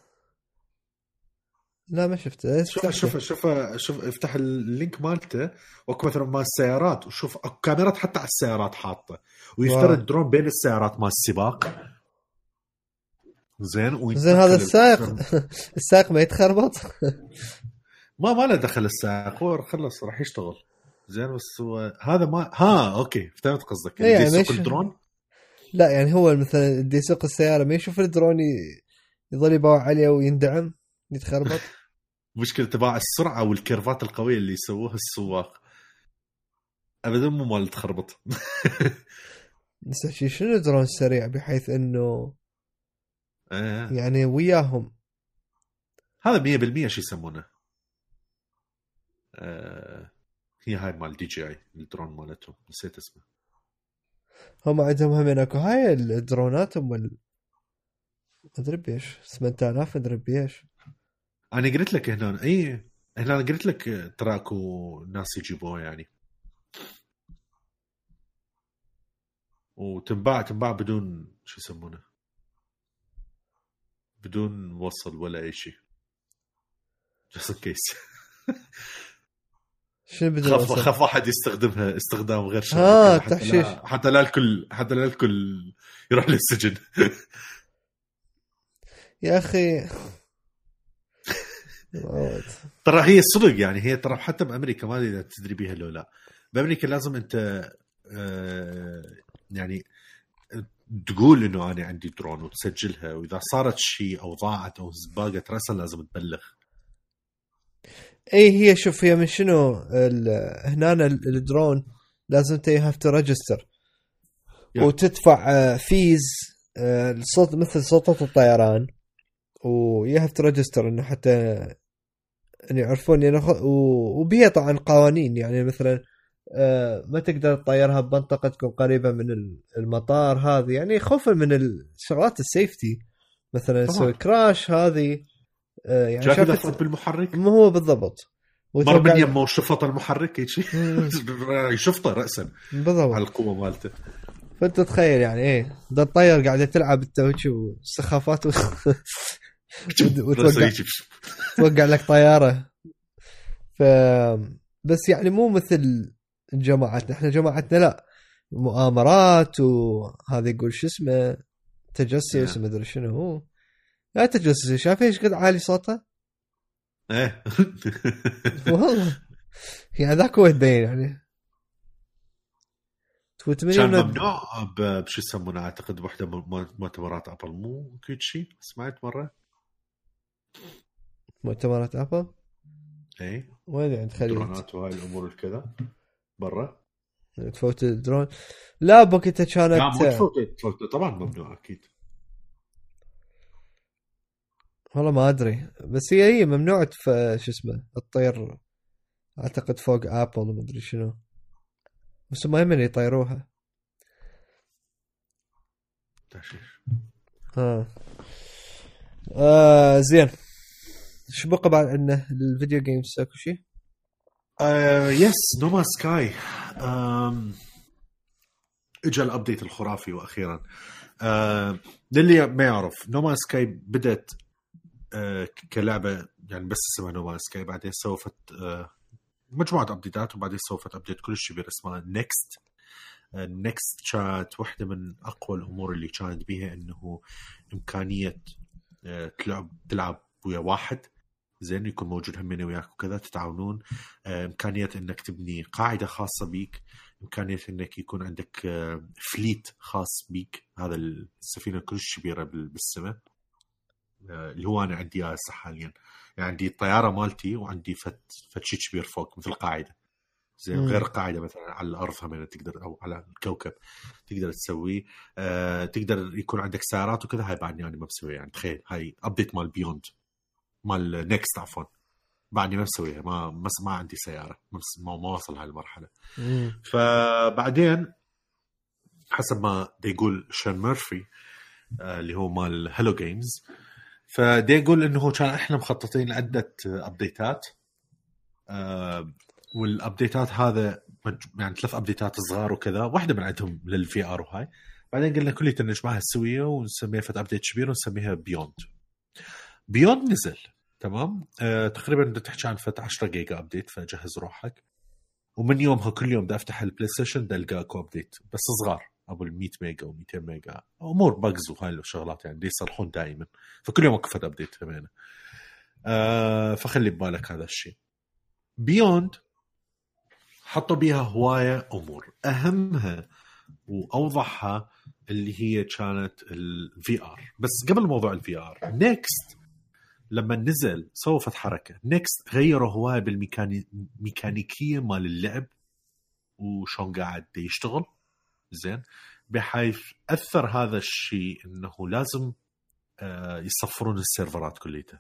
لا ما شفته. شوف افتح اللينك مالته وكو مثلا مال السيارات وشوف كاميرات حتى على السيارات حاطه ويفترض درون بين السيارات مال السباق. زين زين هذا السائق السائق ما يتخربط. ما له دخل السائق، هو خلص راح يشتغل. زين بس هو هذا ما اوكي فهمت قصدك. اللي يعني يسوق الدرون لا يعني هو مثلا اللي يسوق السياره ما يشوف الدرون يظل يباوع عليه ويندعم يتخربط. مشكلة تبع السرعة والكيرفات القوية اللي يسووها السواق أبدا مو مال تخربط. بس شنو درون سريع بحيث انه يعني وياهم هذا 100% شو يسمونه هي هاي مال دي جي اي الدرون مالتهم نسيت اسمه. هم عندهم هم اكو هاي الدرونات ما ادري بيش 8000 ادري بيش. انا قلت لك هنا هنا قلت لك ترى اكو ناس يجيبوها يعني وتنباع بدون شو يسمونه بدون وصل ولا اي شيء just in case. شنو بدون وصل؟ خاف واحد يستخدمها استخدام غير شرعي تحشيش حتى لا الكل يروح للسجن. يا اخي ترى هي الصدق يعني هي ترى حتى بأمريكا ما أدري تدري بيها لو لا. بأمريكا لازم أنت يعني تقول إنه أنا عندي درون وتسجلها، وإذا صارت شيء أو ضاعت أو زباقت رأسا لازم تبلغ. اي هي شوف هي من شنو هنا الدرون لازم you have to register وتدفع فيز الصوت مثل صوتات الطيران و you have to register انه حتى ان يعرفون يعني وبيها طبعا قوانين يعني مثلا ما تقدر تطيرها بمنطقة تكون قريبة من المطار هذه يعني خوفا من الشغلات السيفتي مثلا يسوي كراش هذه يعني شافت بالمحرك مو هو بالضبط مر من يمه وشفط المحرك هيك شيء يشفطه رأسا بالضبط على القوة مالته. فانت تخيل يعني ايه ده الطير قاعدة تلعب التوجه والسخافات توقع لك طيارة. بس يعني مو مثل جماعتنا، احنا جماعتنا لا مؤامرات وهذا يقول شو اسمه تجسس ما ادري شنو هو لا تجسس. شايف ايش قد عالي صوته؟ ايه والله يعني ذاك هو الدين يعني كان ممنوع بشو يسمونه اعتقد بوحده مؤتمرات ابل مو كل شيء سمعت مره مؤتمرات ابل اي وين عند خليل درونات وهاي الامور الكذا برا تفوت الدرون لا بوقتها كانت لا مو تفوت طبعا ممنوع اكيد والله ما ادري بس هي ممنوعة في شو اسمه الطير اعتقد فوق ابل وما ادري شنو بس ما يمنع يطيروها. زين شو بقى بعد عندنا الفيديو جيمز اكو شيء؟ يس نوما سكاي اجى الابديت الخرافي واخيرا. للي ما يعرف نوما سكاي بدت كلعبه يعني بس اسمها نوما سكاي بعدين سوفت مجموعه ابديتات وبعدين سوفت ابديت كلش كبير اسمها نيكست كانت واحدة من أقوى الأمور اللي كانت بيها إنه إمكانية تلعب ويا واحد زين يكون موجود همين وياك وكذا تتعاونون. إمكانية إنك تبني قاعدة خاصة بيك، إمكانية إنك يكون عندك فليت خاص بيك. هذا السفينة كلش كبيرة بالسماء اللي هو أنا عندي هسه حاليا يعني عندي الطيارة مالتي وعندي فتشي كبير فوق مثل قاعدة زين غير قاعدة مثلا على الأرض هم تقدر أو على الكوكب تقدر تسوي تقدر يكون عندك سيارات وكذا. هاي بعدني أنا ما بسوي يعني تخيل هاي أبديت مال بيوند مال نيكست عفوا بعدني ما بسويها ما عندي سيارة ما وصل هاي المرحلة. فبعدين حسب ما دي يقول شون ميرفي اللي هو مال هلو جيمز فدي يقول إنه كان إحنا مخططين لعدة أبديتات والابديتات هذا يعني 3 ابديتات صغار وكذا واحده من عندهم للفي ار وهاي. بعدين قلنا كلية نجمعها السويه ونسميها فت ابديت كبير ونسميها بيوند نزل تمام. تقريبا بدك تحكي عن فت 10 جيجا ابديت فجهز روحك. ومن يومها كل يوم بدي افتح البلاي ستيشن بدي القى اكو ابديت بس صغار ابو ال 100 ميجا و200 ميجا، امور بجز وهاي الشغلات يعني دي يصلحون دائما، فكل يوم وقفت ابديت كمان. فخلي ببالك هذا الشيء. بيوند حطوا بيها هوايه امور، اهمها واوضحها اللي هي كانت الفي ار. بس قبل موضوع الفي ار، نيكست لما نزل سووا حركه. نيكست غيروا هوايه بالميكانيكيه مال اللعب وشون قاعد يشتغل زين، بحيث اثر هذا الشيء انه لازم يصفرون السيرفرات كليته،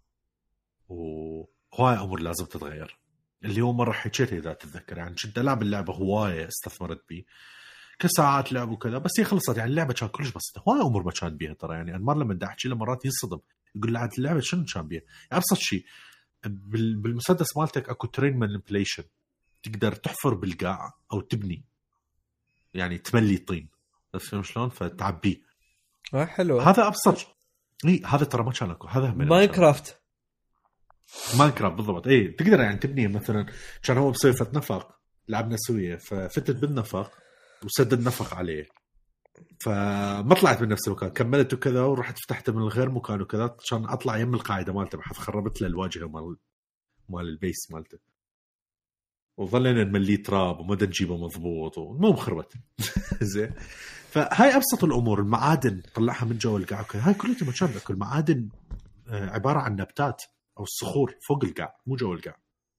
وهواي امور لازم تتغير. اللي هو مره حكيت اذا تتذكر، يعني كنت العب اللعبه هوايه استثمرت بيه كساعات لعب وكذا، بس هي خلصت. يعني اللعبه كانت كلش بسيطه، هواي امور ما كانت بيها ترى. يعني انمار لما بدي احكي له مرات ينصدم، يقول لي اللعبه شنو كان بيها. يعني ابسط شيء بالمسدس مالتك اكو ترين مانيبيوليشن، تقدر تحفر بالقاع او تبني، يعني تملي طين، فهمت شلون؟ فتعبيه. حلو. هذا ابسط. هذا ترى ما كان اكو. هذا ماينكرافت بالضبط. تقدر يعني تبني مثلا. كان هو بسوي نفق، لعبنا سويه، ففتت بالنفق وسد النفق عليه، فما طلعت من نفس المكان، كملت وكذا ورحت فتحته من غير مكان وكذا عشان اطلع يم القاعده مالته، بحيث خربت له الواجهه مال البيس مالته، وظلنا نمليه تراب وما نجيبه مضبوط ومو مخربت. زين. فهاي ابسط الامور. المعادن طلعها من جو القاع وكذا، هاي كلها ما كان اكل. المعادن عباره عن نبتات او الصخور فوق القاع مو جو القاع.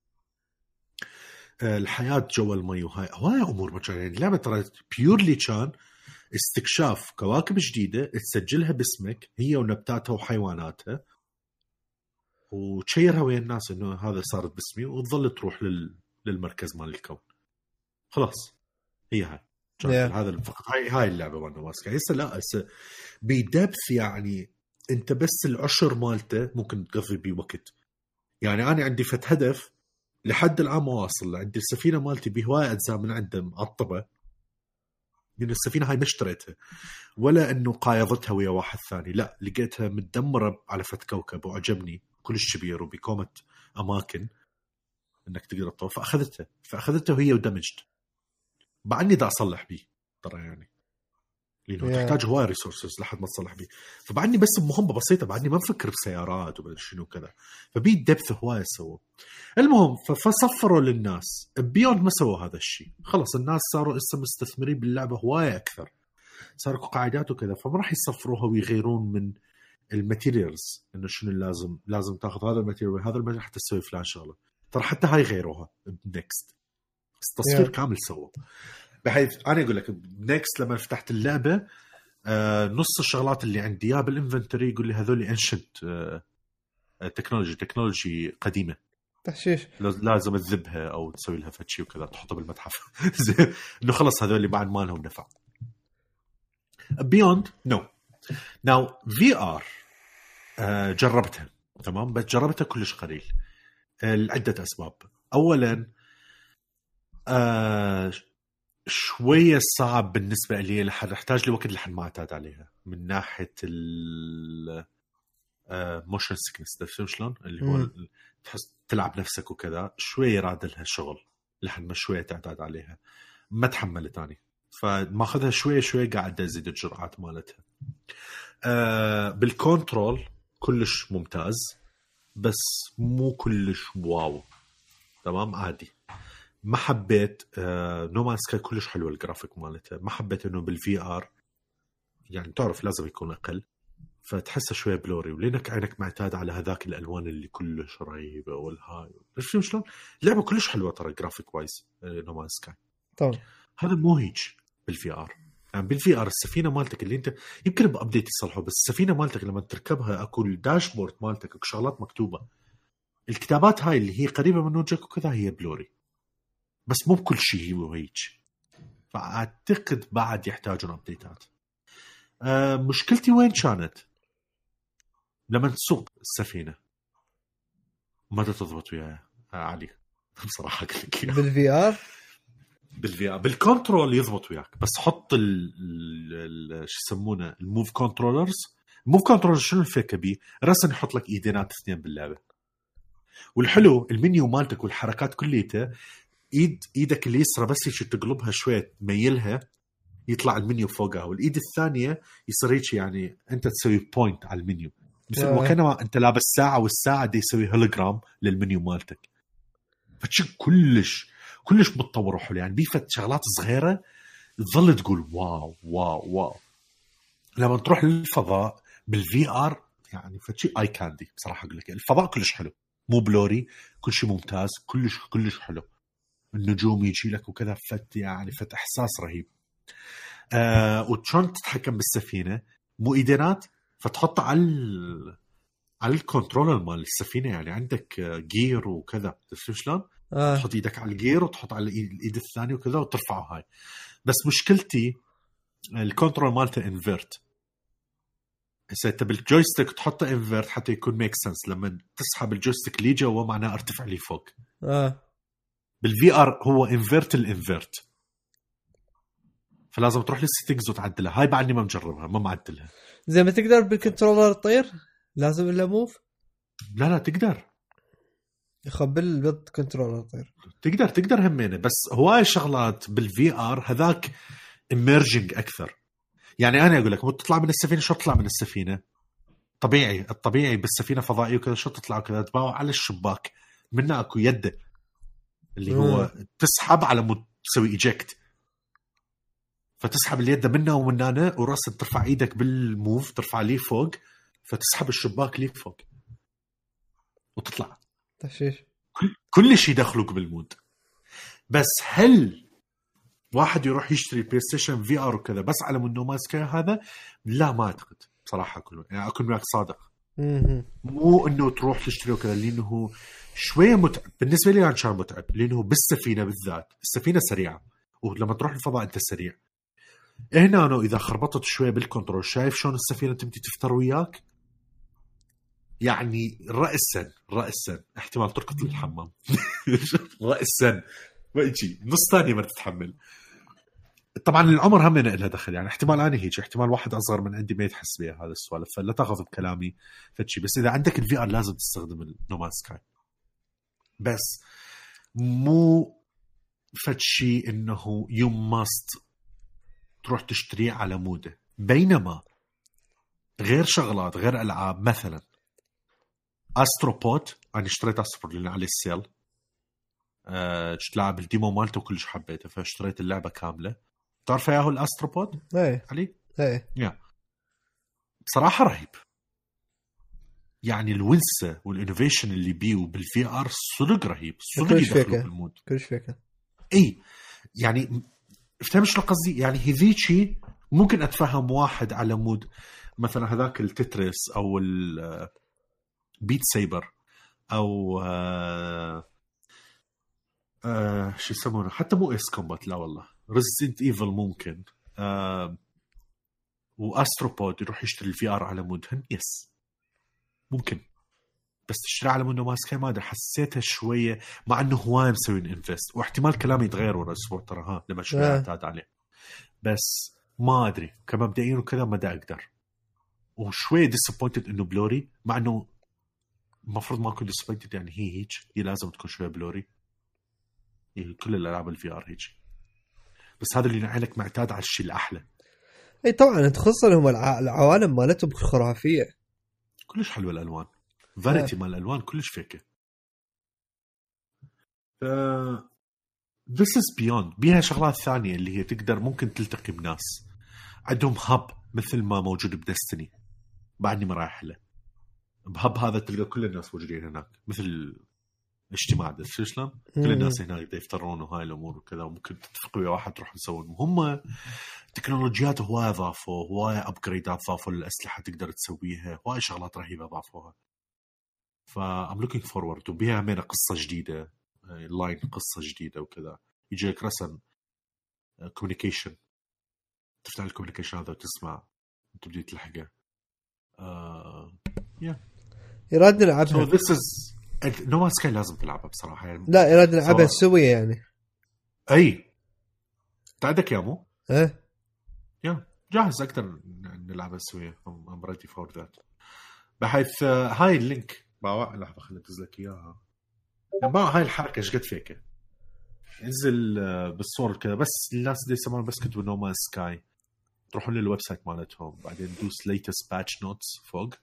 الحياه جو المي، وهاي امور ما كان. يعني اللعبه ترى بيورلي كان استكشاف كواكب جديده تسجلها باسمك هي ونباتاتها وحيواناتها، وتشيرها ويا الناس انه هذا صارت باسمي، وتظل تروح للمركز مال الكون. خلاص هي هاي هذا فقط. هاي اللعبه وانا ماسكه هسه. لا هسه بدبث، يعني انت بس العشر مالته ممكن تقضي بيه وقت. يعني انا عندي هدف لحد الان ما واصل. عندي السفينه مالتي بهوايه اجزاء من عنده معطبه، من السفينه هاي ما اشتريتها ولا انه قايضتها ويا واحد ثاني، لا لقيتها متدمره على فت كوكب وعجبني كلش كبير وبكومه اماكن انك تقدر تطوف، فاخذتها وهي ودمجت. بعدني دا اصلح بيه ترى، يعني لانه تحتاج هواي ريسورسز لحد ما تصلح بيه. فبعدني بس مهمه بسيطه، بعدني ما بفكر بسيارات وبدل شنو كذا. فبي دبث هواي سووا. المهم فصفروا للناس. بيوند ما سووا هذا الشيء. خلص الناس صاروا لسه مستثمرين باللعبه هواي اكثر، صاروا قاعدات وكذا، فما راح يصفروها ويغيرون من الماتيريالز انه شنو لازم تاخذ هذا الماتيريال هذا الماتيريال حتى تسوي فلان شغله. ترى حتى هاي غيروها بنكست، التصوير كامل سووا. بحيث انا اقول لك نيكست لما فتحت اللعبه نص الشغلات اللي عندي يا بالانفنتوري يقول لي هذول انشنت تكنولوجي قديمه، تحشيش لازم تذبها او تسوي لها فتشي وكذا تحطها بالمتحف. زين انه خلص هذول بعد ما لهم نفع. بيوند ناو في ار جربتها تمام، بس جربتها كلش قليل لعده اسباب. اولا شوية صعب بالنسبة لي، لحد احتاج لي وقت لحد ما اعتاد عليها من ناحية موشن سيكنس. تفهم شلون؟ اللي هو تحس تلعب نفسك وكذا، شوية راد لها شغل لحد ما شوية تعتاد عليها. ما تحملت تاني، فما أخذها شوية قاعد أزيد الجرعات مالتها. بالكنترول كلش ممتاز، بس مو كلش واو. تمام عادي. ما حبيت نومان سكاي كلش حلوة الجرافيك مالتها. ما حبيت انه بالفي ار يعني تعرف لازم يكون اقل، فتحسه شويه بلوري، ولينك عينك معتاد على هذاك الالوان اللي كلش رهيبه والهاي. شو شلون لعبه كلش حلوه ترى جرافيك وايز نومان سكاي. طبعا هذا مو هيك بالفي ار. يعني بالفي ار السفينه مالتك اللي انت يمكن بابديت يصلحوا، بس السفينه مالتك لما تركبها اكو الداشبورد مالتك اكو شغلات مكتوبه، الكتابات هاي اللي هي قريبه من وجهك وكذا هي بلوري، بس مو بكل شيء هو هيك. فأعتقد بعد يحتاجون أبديتات. مشكلتي وين كانت؟ لما تسوق السفينة ما تضبط وياها علي بصراحة. بالفي ار بالكنترول يضبط وياك، بس حط شو يسمونه الموف كنترولرز. الموف كنترولرز شنو الفكرة بيه؟ رسم يحط لك ايدينات اثنين باللعبة، والحلو المنيو مالتك والحركات كليتها ايدك اليسرى بس هيك تقلبها شويه تميلها يطلع المنيو فوقها، والايد الثانيه يصير هيك يعني انت تسوي بوينت على المنيو، مثل وكانما انت لابس ساعه والساعه دي يسوي هولوجرام للمنيو مالتك. فشي كلش متطور وحلو يعني، بيفت شغلات صغيره تظل تقول واو واو واو. لما تروح للفضاء بالفي ار يعني فشي اي كاندي بصراحه. اقول لك الفضاء كلش حلو، مو بلوري، كل شيء ممتاز، كلش حلو. النجوم يجي لك وكذا، فت احساس رهيب. وشون تتحكم بالسفينه، مو ايدينات، فتحطها على الكنترولر مال السفينه، يعني عندك جير وكذا، تشوف شلون تحط ايدك على الجير وتحط على الايد الثانيه وكذا وترفعه هاي. بس مشكلتي الكنترول مالته انفيرت. هسه انت بالجويستيك تحطه انفيرت حتى يكون ميك سنس، لما تسحب الجويستيك لي جوا معناه ارتفع لي فوق. بالفي ار هو انفيرت الانفيرت، فلازم تروح للسيتنجز وتعدلها. هاي بعدني ما مجربها، ما معدلها. زي ما تقدر بالكنترولر تطير لازم الا موف؟ لا تقدر يخبل بالكنترولر تطير، تقدر همينه، بس هواي شغلات بالفي ار هذاك اميرجنج اكثر. يعني انا اقول لك مو تطلع من السفينه، شو تطلع من السفينه الطبيعي بالسفينه فضائيه وكذا، شو تطلع كذا تباوع على الشباك منها اكو يده اللي هو تسحب على مود تسوي ايجكت، فتسحب اليد منها ومن هنا وراسك ترفع ايدك بالموف ترفع ليه فوق، فتسحب الشباك ليه فوق وتطلع تشيش. كل شيء دخلوك بالمود. بس هل واحد يروح يشتري بلاي ستيشن في ار وكذا بس على انه ماسك هذا؟ لا ما اعتقد بصراحه. كله يعني اكون معك صادق، مو انه تروح تشتري وكذا، لانه شويه متعب بالنسبه لي. كان متعب لانه بالسفينه بالذات، السفينه سريعه ولما تروح الفضاء انت سريع. هنا أنا إذا خربطت شويه بالكنترول، شايف شلون السفينه تبدي تفتر وياك، يعني رأسا احتمال تركض للحمام رأسا ما يجي نص ثانيه ما تتحمل. طبعا العمر هم لها دخل، يعني احتمال انا هيك، احتمال واحد اصغر من عندي ما يتحس بيه هذا السؤال، فلا تاخذ بكلامي فتشي. بس اذا عندك الفي ار لازم تستخدم النوماد سكاي، بس مو فتشي انه يو ماست تروح تشتريه على موده. بينما غير شغلات غير العاب، مثلا استروبوت، انا اشتريت استروبوت لان عليه السيل، لعب الديمو مالته وكلش حبيته فاشتريت اللعبه كامله. تعرف ياهو الاستروبود علي؟ يا بصراحه رهيب، يعني الونسه والانوفيشن اللي بيه بالفي ار صدق رهيب، صدق يدخلوا بالمود كلش فكره. اي يعني فهمت شو قصدي؟ يعني هذيكي ممكن اتفهم واحد على مود مثلا هذاك التتريس او البيت سايبر او شو يسمونه، حتى مو اس كومبات، لا والله ريزيدنت ايفل ممكن، واستروبود يروح يشتري الفي ار على مودهن، يس ممكن. بس تشتري على مود ماسكه ما ادري، حسيتها شويه، مع انه هواي مسوين انفست، واحتمال كلامي يتغير ورا اسبوع ترى ها لما شويه اعتاد عليه. بس ما ادري كمبدئيا وكذا ما دا اقدر. وشويه ديسابوينتد انه بلوري، مع انه المفروض ما اكون ديسابوينتد، يعني هي لازم تكون شويه بلوري. كل الالعاب الفي ار هيك، بس هذا اللي نعلك معتاد على الشيء الاحلى. اي طبعا انت خصوصا هم العوالم مالتهم خرافيه، كلش حلوه الالوان، فاريتي مال الالوان كلش فيكه. This is beyond. بيها شغلات ثانيه اللي هي تقدر ممكن تلتقي بناس عندهم هاب مثل ما موجود بدستني، بعدني ما رايح له. بهب هذا تلقى كل الناس موجودين هناك، مثل اجتماع ده شلون كل الناس هناك يفترون وهاي الامور وكذا، وممكن تتفقوا ويا واحد تروح تسوون. هم تكنولوجيات هواي اضافوا، هواي ابجريدات ضافوا للاسلحه تقدر تسويها، هواي شغلات رهيبه ضافوها. فام لوكينج فورورد، وبيها همين قصه جديده، لاين قصه جديده وكذا، يجي لك رسم كوميونيكيشن، تفتح الكوميونيكيشن هذا وتسمع تبدي تلحقه. يراد نلعبها. so this is نوما سكاي لازم تلعبها بصراحه يعني. لا يراد نلعبها سوية يعني. اي تعدك يا مو يا جاهز اقدر نلعبها سوية. I'm ready for that. بحيث هاي اللينك باوع لحظه خليني انزل لك اياها. باوع هاي الحركه ايش قد فيك انزل بالصور كذا، بس الناس اللي يسمون بس كتبوا نوما سكاي، تروحون للويب سايت مالتهم بعدين دوس ليتست باتش نوتس فوق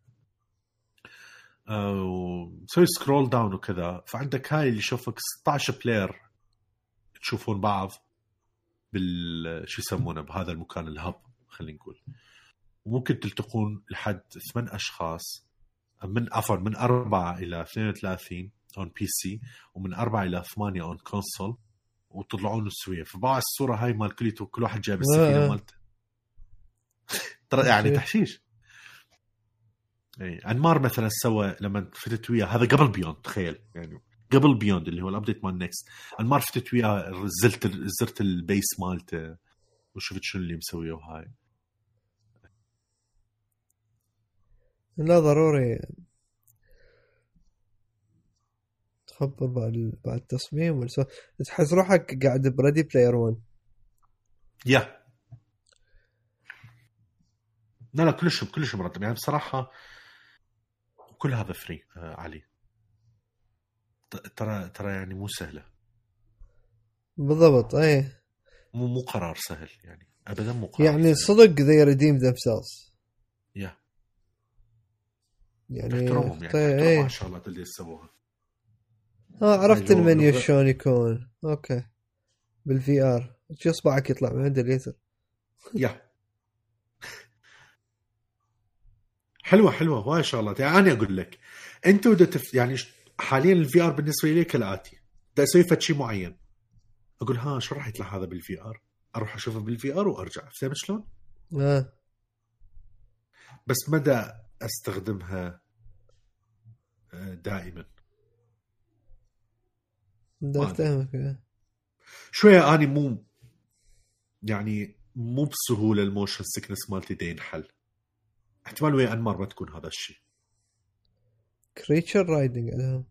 وسوي سكرول داون وكذا. فعندك هاي اللي يشوفك 16 بلاير تشوفون بعض شو يسمونه بهذا المكان الهب خلينا نقول. وممكن تلتقون لحد 8 أشخاص من 4 إلى 32 on PC ومن 4 إلى 8 on console وتطلعون السوية. فبعض الصورة هاي مال كل واحد جايب السفينة مالته ترى يعني تحشيش. اي انمار مثلا سوى لما فتت وياه هذا قبل بيوند، تخيل يعني قبل بيوند اللي هو الابديت مال نكست، انمار فتت وياه زرت البيس مالته وشفت شنو اللي مسويه وهاي. لا ضروري تخبر بعد التصميم تحس روحك قاعد بريدي بلاير 1. يا لا كلش مرتب يعني بصراحة. كل هذا فري علي. ترى يعني مو سهلة بالضبط. اي مو قرار سهل يعني ابدا، مو قرار يعني سهل. صدق they redeemed themselves يا يعني تحترمهم يعني على الشغلات اللي يسووها. عرفت المنيو شلون يكون اوكي بالفي ار شو اصبعك يطلع من عند اليسر. يا حلوة هواي شغلات. يعني أنا أقول لك أنت يعني حاليا الفي آر بالنسبة لي كالآتي، دا أسوي فد شيء معين أقول شو راح يطلع هذا بالفي آر، أروح أشوفه بالفي آر وأرجع. فهمت شلون؟ بس مدى أستخدمها دائما فهمك. شوية أنا مو بسهولة الموشن سيكنس مالتي دين حل. احتمال ويا أنمار ما تكون هذا الشيء. كريتشر رايدنج أدهم.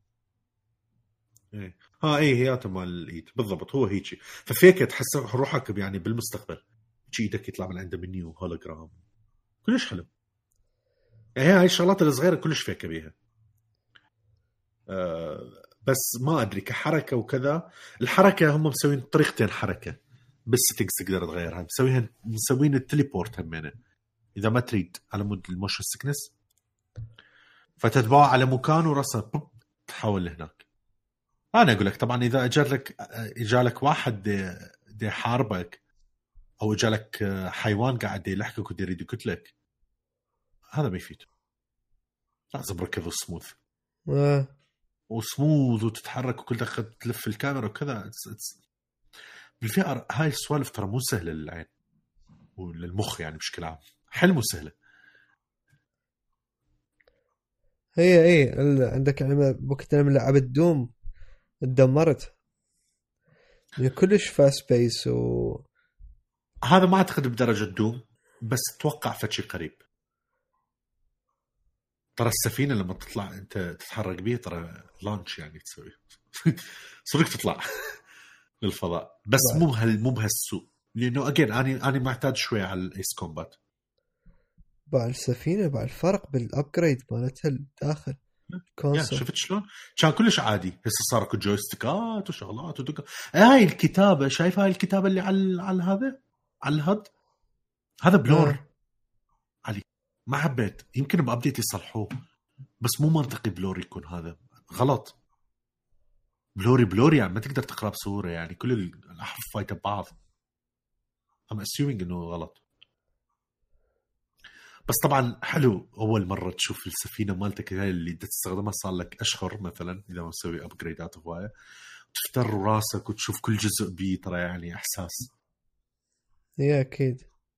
ايه هي مال الايد بالضبط هو هيك. ففيك تحس روحك يعني بالمستقبل ايدك يطلع من عنده منيو هولوجرام كلش حلو. يعني هاي الشغلات الصغيرة كلش فيك بيها. بس ما ادري كحركة وكذا. الحركة هم مسوين طريقتين حركة بالسيتنجز تقدر تغيرها. مسوين التليبورت همينه اذا ما تريد على مود الموشن سيكنس فتتبعه على مكان وراسه تحول لهناك. أنا أقول لك طبعا إذا إجالك واحد دي حاربك أو إجالك حيوان قاعد يلحقك ودي يريد يقتلك هذا ما يفيد. لازم ركض سموث وسموث وتتحرك وكل دقيقة تلف الكاميرا وكذا. بالفي آر هاي السوالف ترى مو سهلة للعين وللمخ يعني بشكل عام حل مو سهلة. هي عندك وقت لما لعبت دوم اتدمرت يعني كلش فاست بيس هذا ما أعتقد بدرجة دوم بس توقع فشي قريب. ترى السفينة لما تطلع أنت تتحرك بيه ترى لانش يعني تسوي صدق تطلع للفضاء بس مو بهالسوء لأنه أجين أنا محتاج شوية على الإيس كومبات. بعد السفينة بعد الفرق بالأبجريد مالتها الداخل شفت شلون كان كلش عادي. هسه صار كل جويستيكات وشغلات هاي الكتابة شايف هاي الكتابة اللي على هذا على الهد هذا بلور علي ما حبيت. يمكن بأبديت يصلحوه بس مو منطقي بلور يكون هذا غلط. بلوري يعني ما تقدر تقرأ بصورة يعني كل الأحرف فايتة بعض. I'm assuming إنه غلط. بس طبعا حلو أول مرة تشوف السفينة مالتك هاي اللي تستخدمها صار لك أشهر مثلا إذا ما مسوي أبجريدات هواية تفتر راسك وتشوف كل جزء بيه ترى يعني إحساس. يا أكيد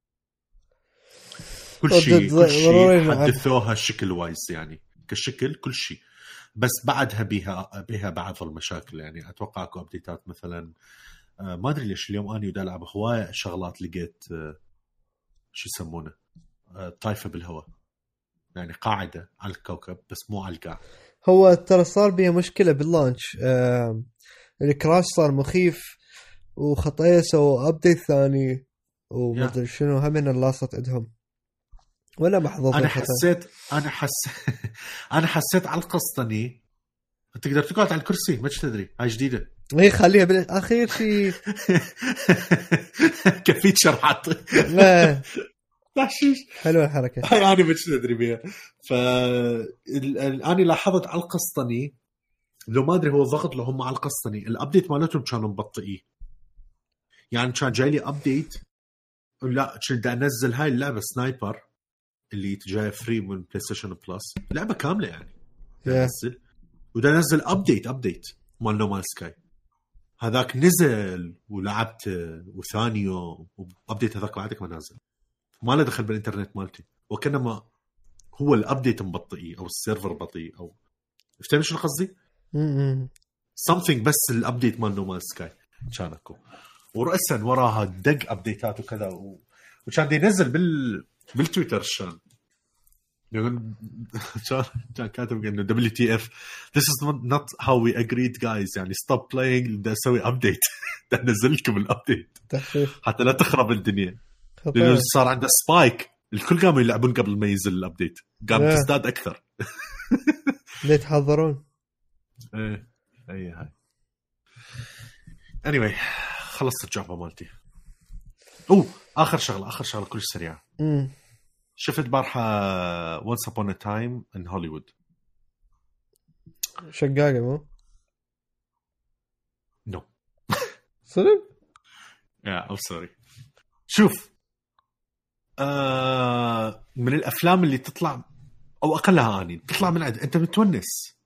كل شيء حدثوها شكل وايز يعني كشكل كل شيء. بس بعدها بها بعض المشاكل يعني أتوقع أكو أبديتات مثلا ما أدري ليش اليوم أنا ألعب هواية شغلات لقيت شو يسمونه طايفة بالهواء يعني قاعدة على الكوكب بس مو على القاع. هو ترى صار بيها مشكلة باللانش الكراش صار مخيف وخطايا سووا أبديت ثاني وما أدري شنو همين اللاصت عندهم ولا محظوظ. أنا حسيت على القسطني تقدر تقعد على الكرسي ما تدري هاي جديدة هي خليها بالاخير شيء كفيت شرحت لا تحشيش. حلوه الحركه هاي انا مش ندري بيها. انا لاحظت على القسطني لو ما ادري هو ضغط لهم على القسطني الابديت مالتهم كانوا مبطئين، يعني كان جاي لي ابديت لا كنت انزل هاي اللعبه سنايبر اللي جايه فري من بلاي ستيشن بلس، لعبه كامله يعني انزل ودا نزل ابديت مال نو مان سكاي، هذاك نزل ولعبت وثاني يوم وابديت هذاك بعدك ما نازل، ما له دخل بالانترنت مالتي، وكانما هو الابديت مبطئ او السيرفر بطيء او فهمت شو قصدي؟ something بس الابديت مال نو مان سكاي كان اكو، ورأسا وراها دق ابديتات وكذا وكان دي ينزل بالتويتر شان كان كاتب انه WTF this is not how we agreed guys، يعني stop playing بدي اسوي ابديت بدي انزل لكم الابديت حتى لا تخرب الدنيا، لانه صار عنده سبايك الكل قاموا يلعبون قبل ما ينزل الابديت قام تزداد اكثر ليه تحضرون ايه اي هاي anyway خلصت الجعبة مالتي. اخر شغله كلش سريعه. شفت بارحه Once Upon a Time in Hollywood. شقاقه مو نو صدق يا او سوري. شوف من الافلام اللي تطلع او اقلها اني تطلع من عند انت متونس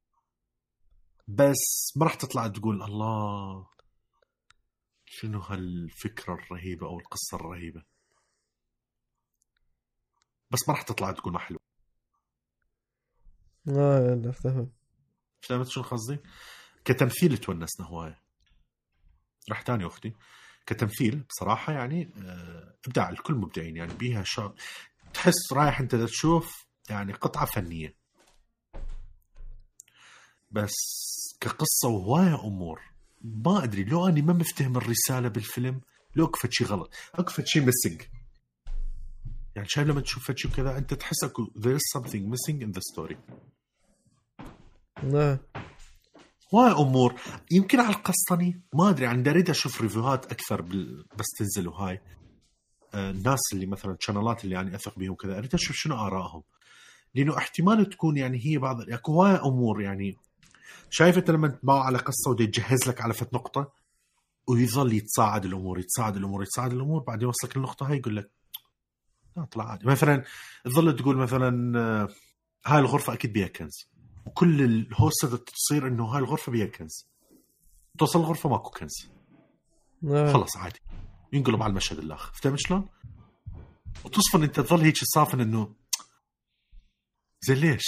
بس ما راح تطلع تقول الله شنو هالفكرة الرهيبة أو القصة الرهيبة، بس ما راح تطلع تقول ما حلو. لا أفهم. فهمت شو قصدي؟ كتمثيل تونسنا هواية. راح تاني أختي كتمثيل بصراحة يعني إبداع، الكل مبدعين يعني بيها تحس رايح أنت تشوف يعني قطعة فنية، بس كقصة وهواية أمور ما أدري لو أني ما مفتهم الرسالة بالفيلم، لو أكفت شي غلط أكفت شي missing، يعني شايف لما تشوف شيء كذا أنت تحس أكو there is something missing in the story. لا هواي أمور يمكن على القسطني ما أدري، عندي أريد أشوف ريفيوهات أكثر بس تنزلوا هاي الناس اللي مثلا شانلات اللي يعني أثق بيهم كذا، أريد أشوف شنو آرائهم، لأنه احتمال تكون يعني هي بعض أكو هواي أمور يعني شايف أنت لما تباع على قصة ودي تجهز لك على فت نقطة ويظل يتصاعد الأمور بعد يوصلك النقطة هاي يقول لك لا طلع عادي. مثلا تظل تقول مثلا هاي الغرفة أكيد بيها كنز، وكل الهوستة تصير إنه هاي الغرفة بيها كنز، توصل الغرفة ماكو كنز خلص عادي ينقلب على المشهد الآخر. فهمت شلون؟ وتصفن أنت تظل هيك صافن إنه زي ليش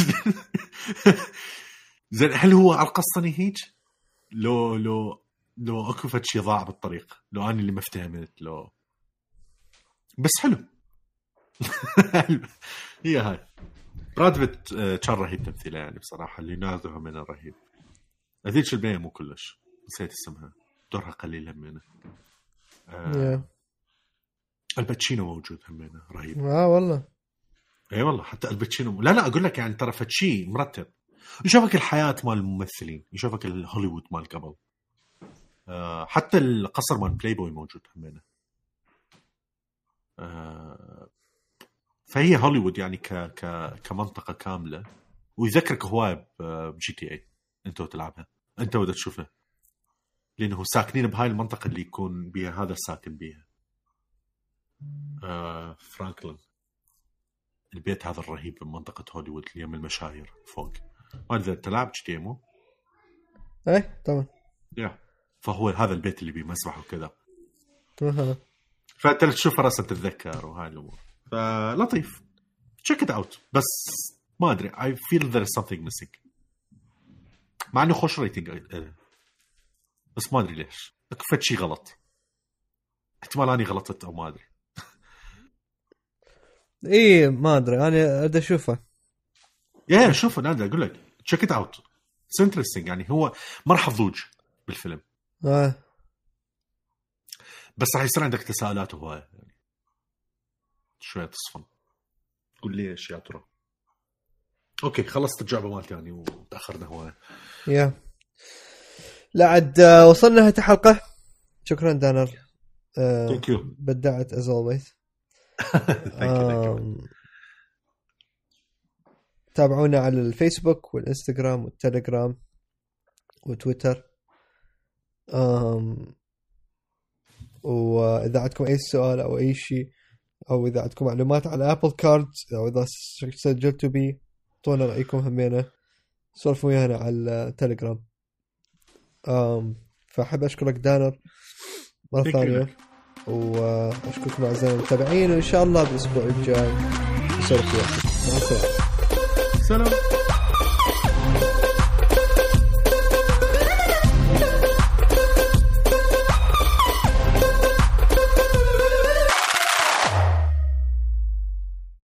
زي هل هو على القسطني هيك لو أكو فد شي ضاع بالطريق، لو أنا اللي ما افتهمت لو بس حلو هي هاي براد بيت كان رهيب تمثيله يعني بصراحة، اللي ناظرها من الرهيب. هذيك البنية مو كلش نسيت اسمها دورها قليل همينة. الباتشينو موجود همينة رهيب. والله اي والله حتى الباتشينو لا اقول لك يعني ترى فتشي مرتب، يشوفك الحياة مال الممثلين، يشوفك الهوليوود مال قبل، حتى القصر مال بلاي بوي موجود همينة. فهي هوليوود يعني كمنطقة كاملة، ويذكرك هواية بجي تي اي انت تلعبها انت ودا تشوفها، لانه ساكنين بهاي المنطقة اللي يكون بيها هذا ساكن بيها فرانكلين، البيت هذا الرهيب بمنطقة هوليوود اللي يم المشاهير فوق. ما ادري تلعب جي تي اي مو؟ ايه طبعا فهو هذا البيت اللي بيه مسبح وكذا فانت تشوف راسا تتذكر وهاي الامور، فلطيف check it out. بس ما ادري I feel there is something missing، مع انه خوش ريتنج بس ما ادري ليش اكفت شيء غلط، احتمال اني غلطت او ما ادري ايه ما ادري انا اريد اشوفه. شوفه نادر اقول لك check it out it's interesting، يعني هو ما راح تضوج بالفيلم بس راح يصير عندك تساؤلات وهواية يعني شوية تصفن قول لي ايش يا ترى. اوكي خلصت الجعبة مالتي يعني وتأخرنا هواية. لا عاد وصلنا نهاية الحلقة. شكرا دانر. ثانك يو. بدعت as always. تابعونا على الفيسبوك والإنستغرام والتليجرام وتويتر. وإذا عندكم أي سؤال أو أي شيء، أو إذا عندكم معلومات على أبل كاردز، أو إذا سجلتوا بي طونا رأيكم همينة سولفوا ويانا على التليجرام. فأحب أشكرك دانر مرة ثانية، وأشكركم أعزائي المتابعين، وإن شاء الله بالأسبوع الجاي نسولف وياكم. مع السلامة. سلام.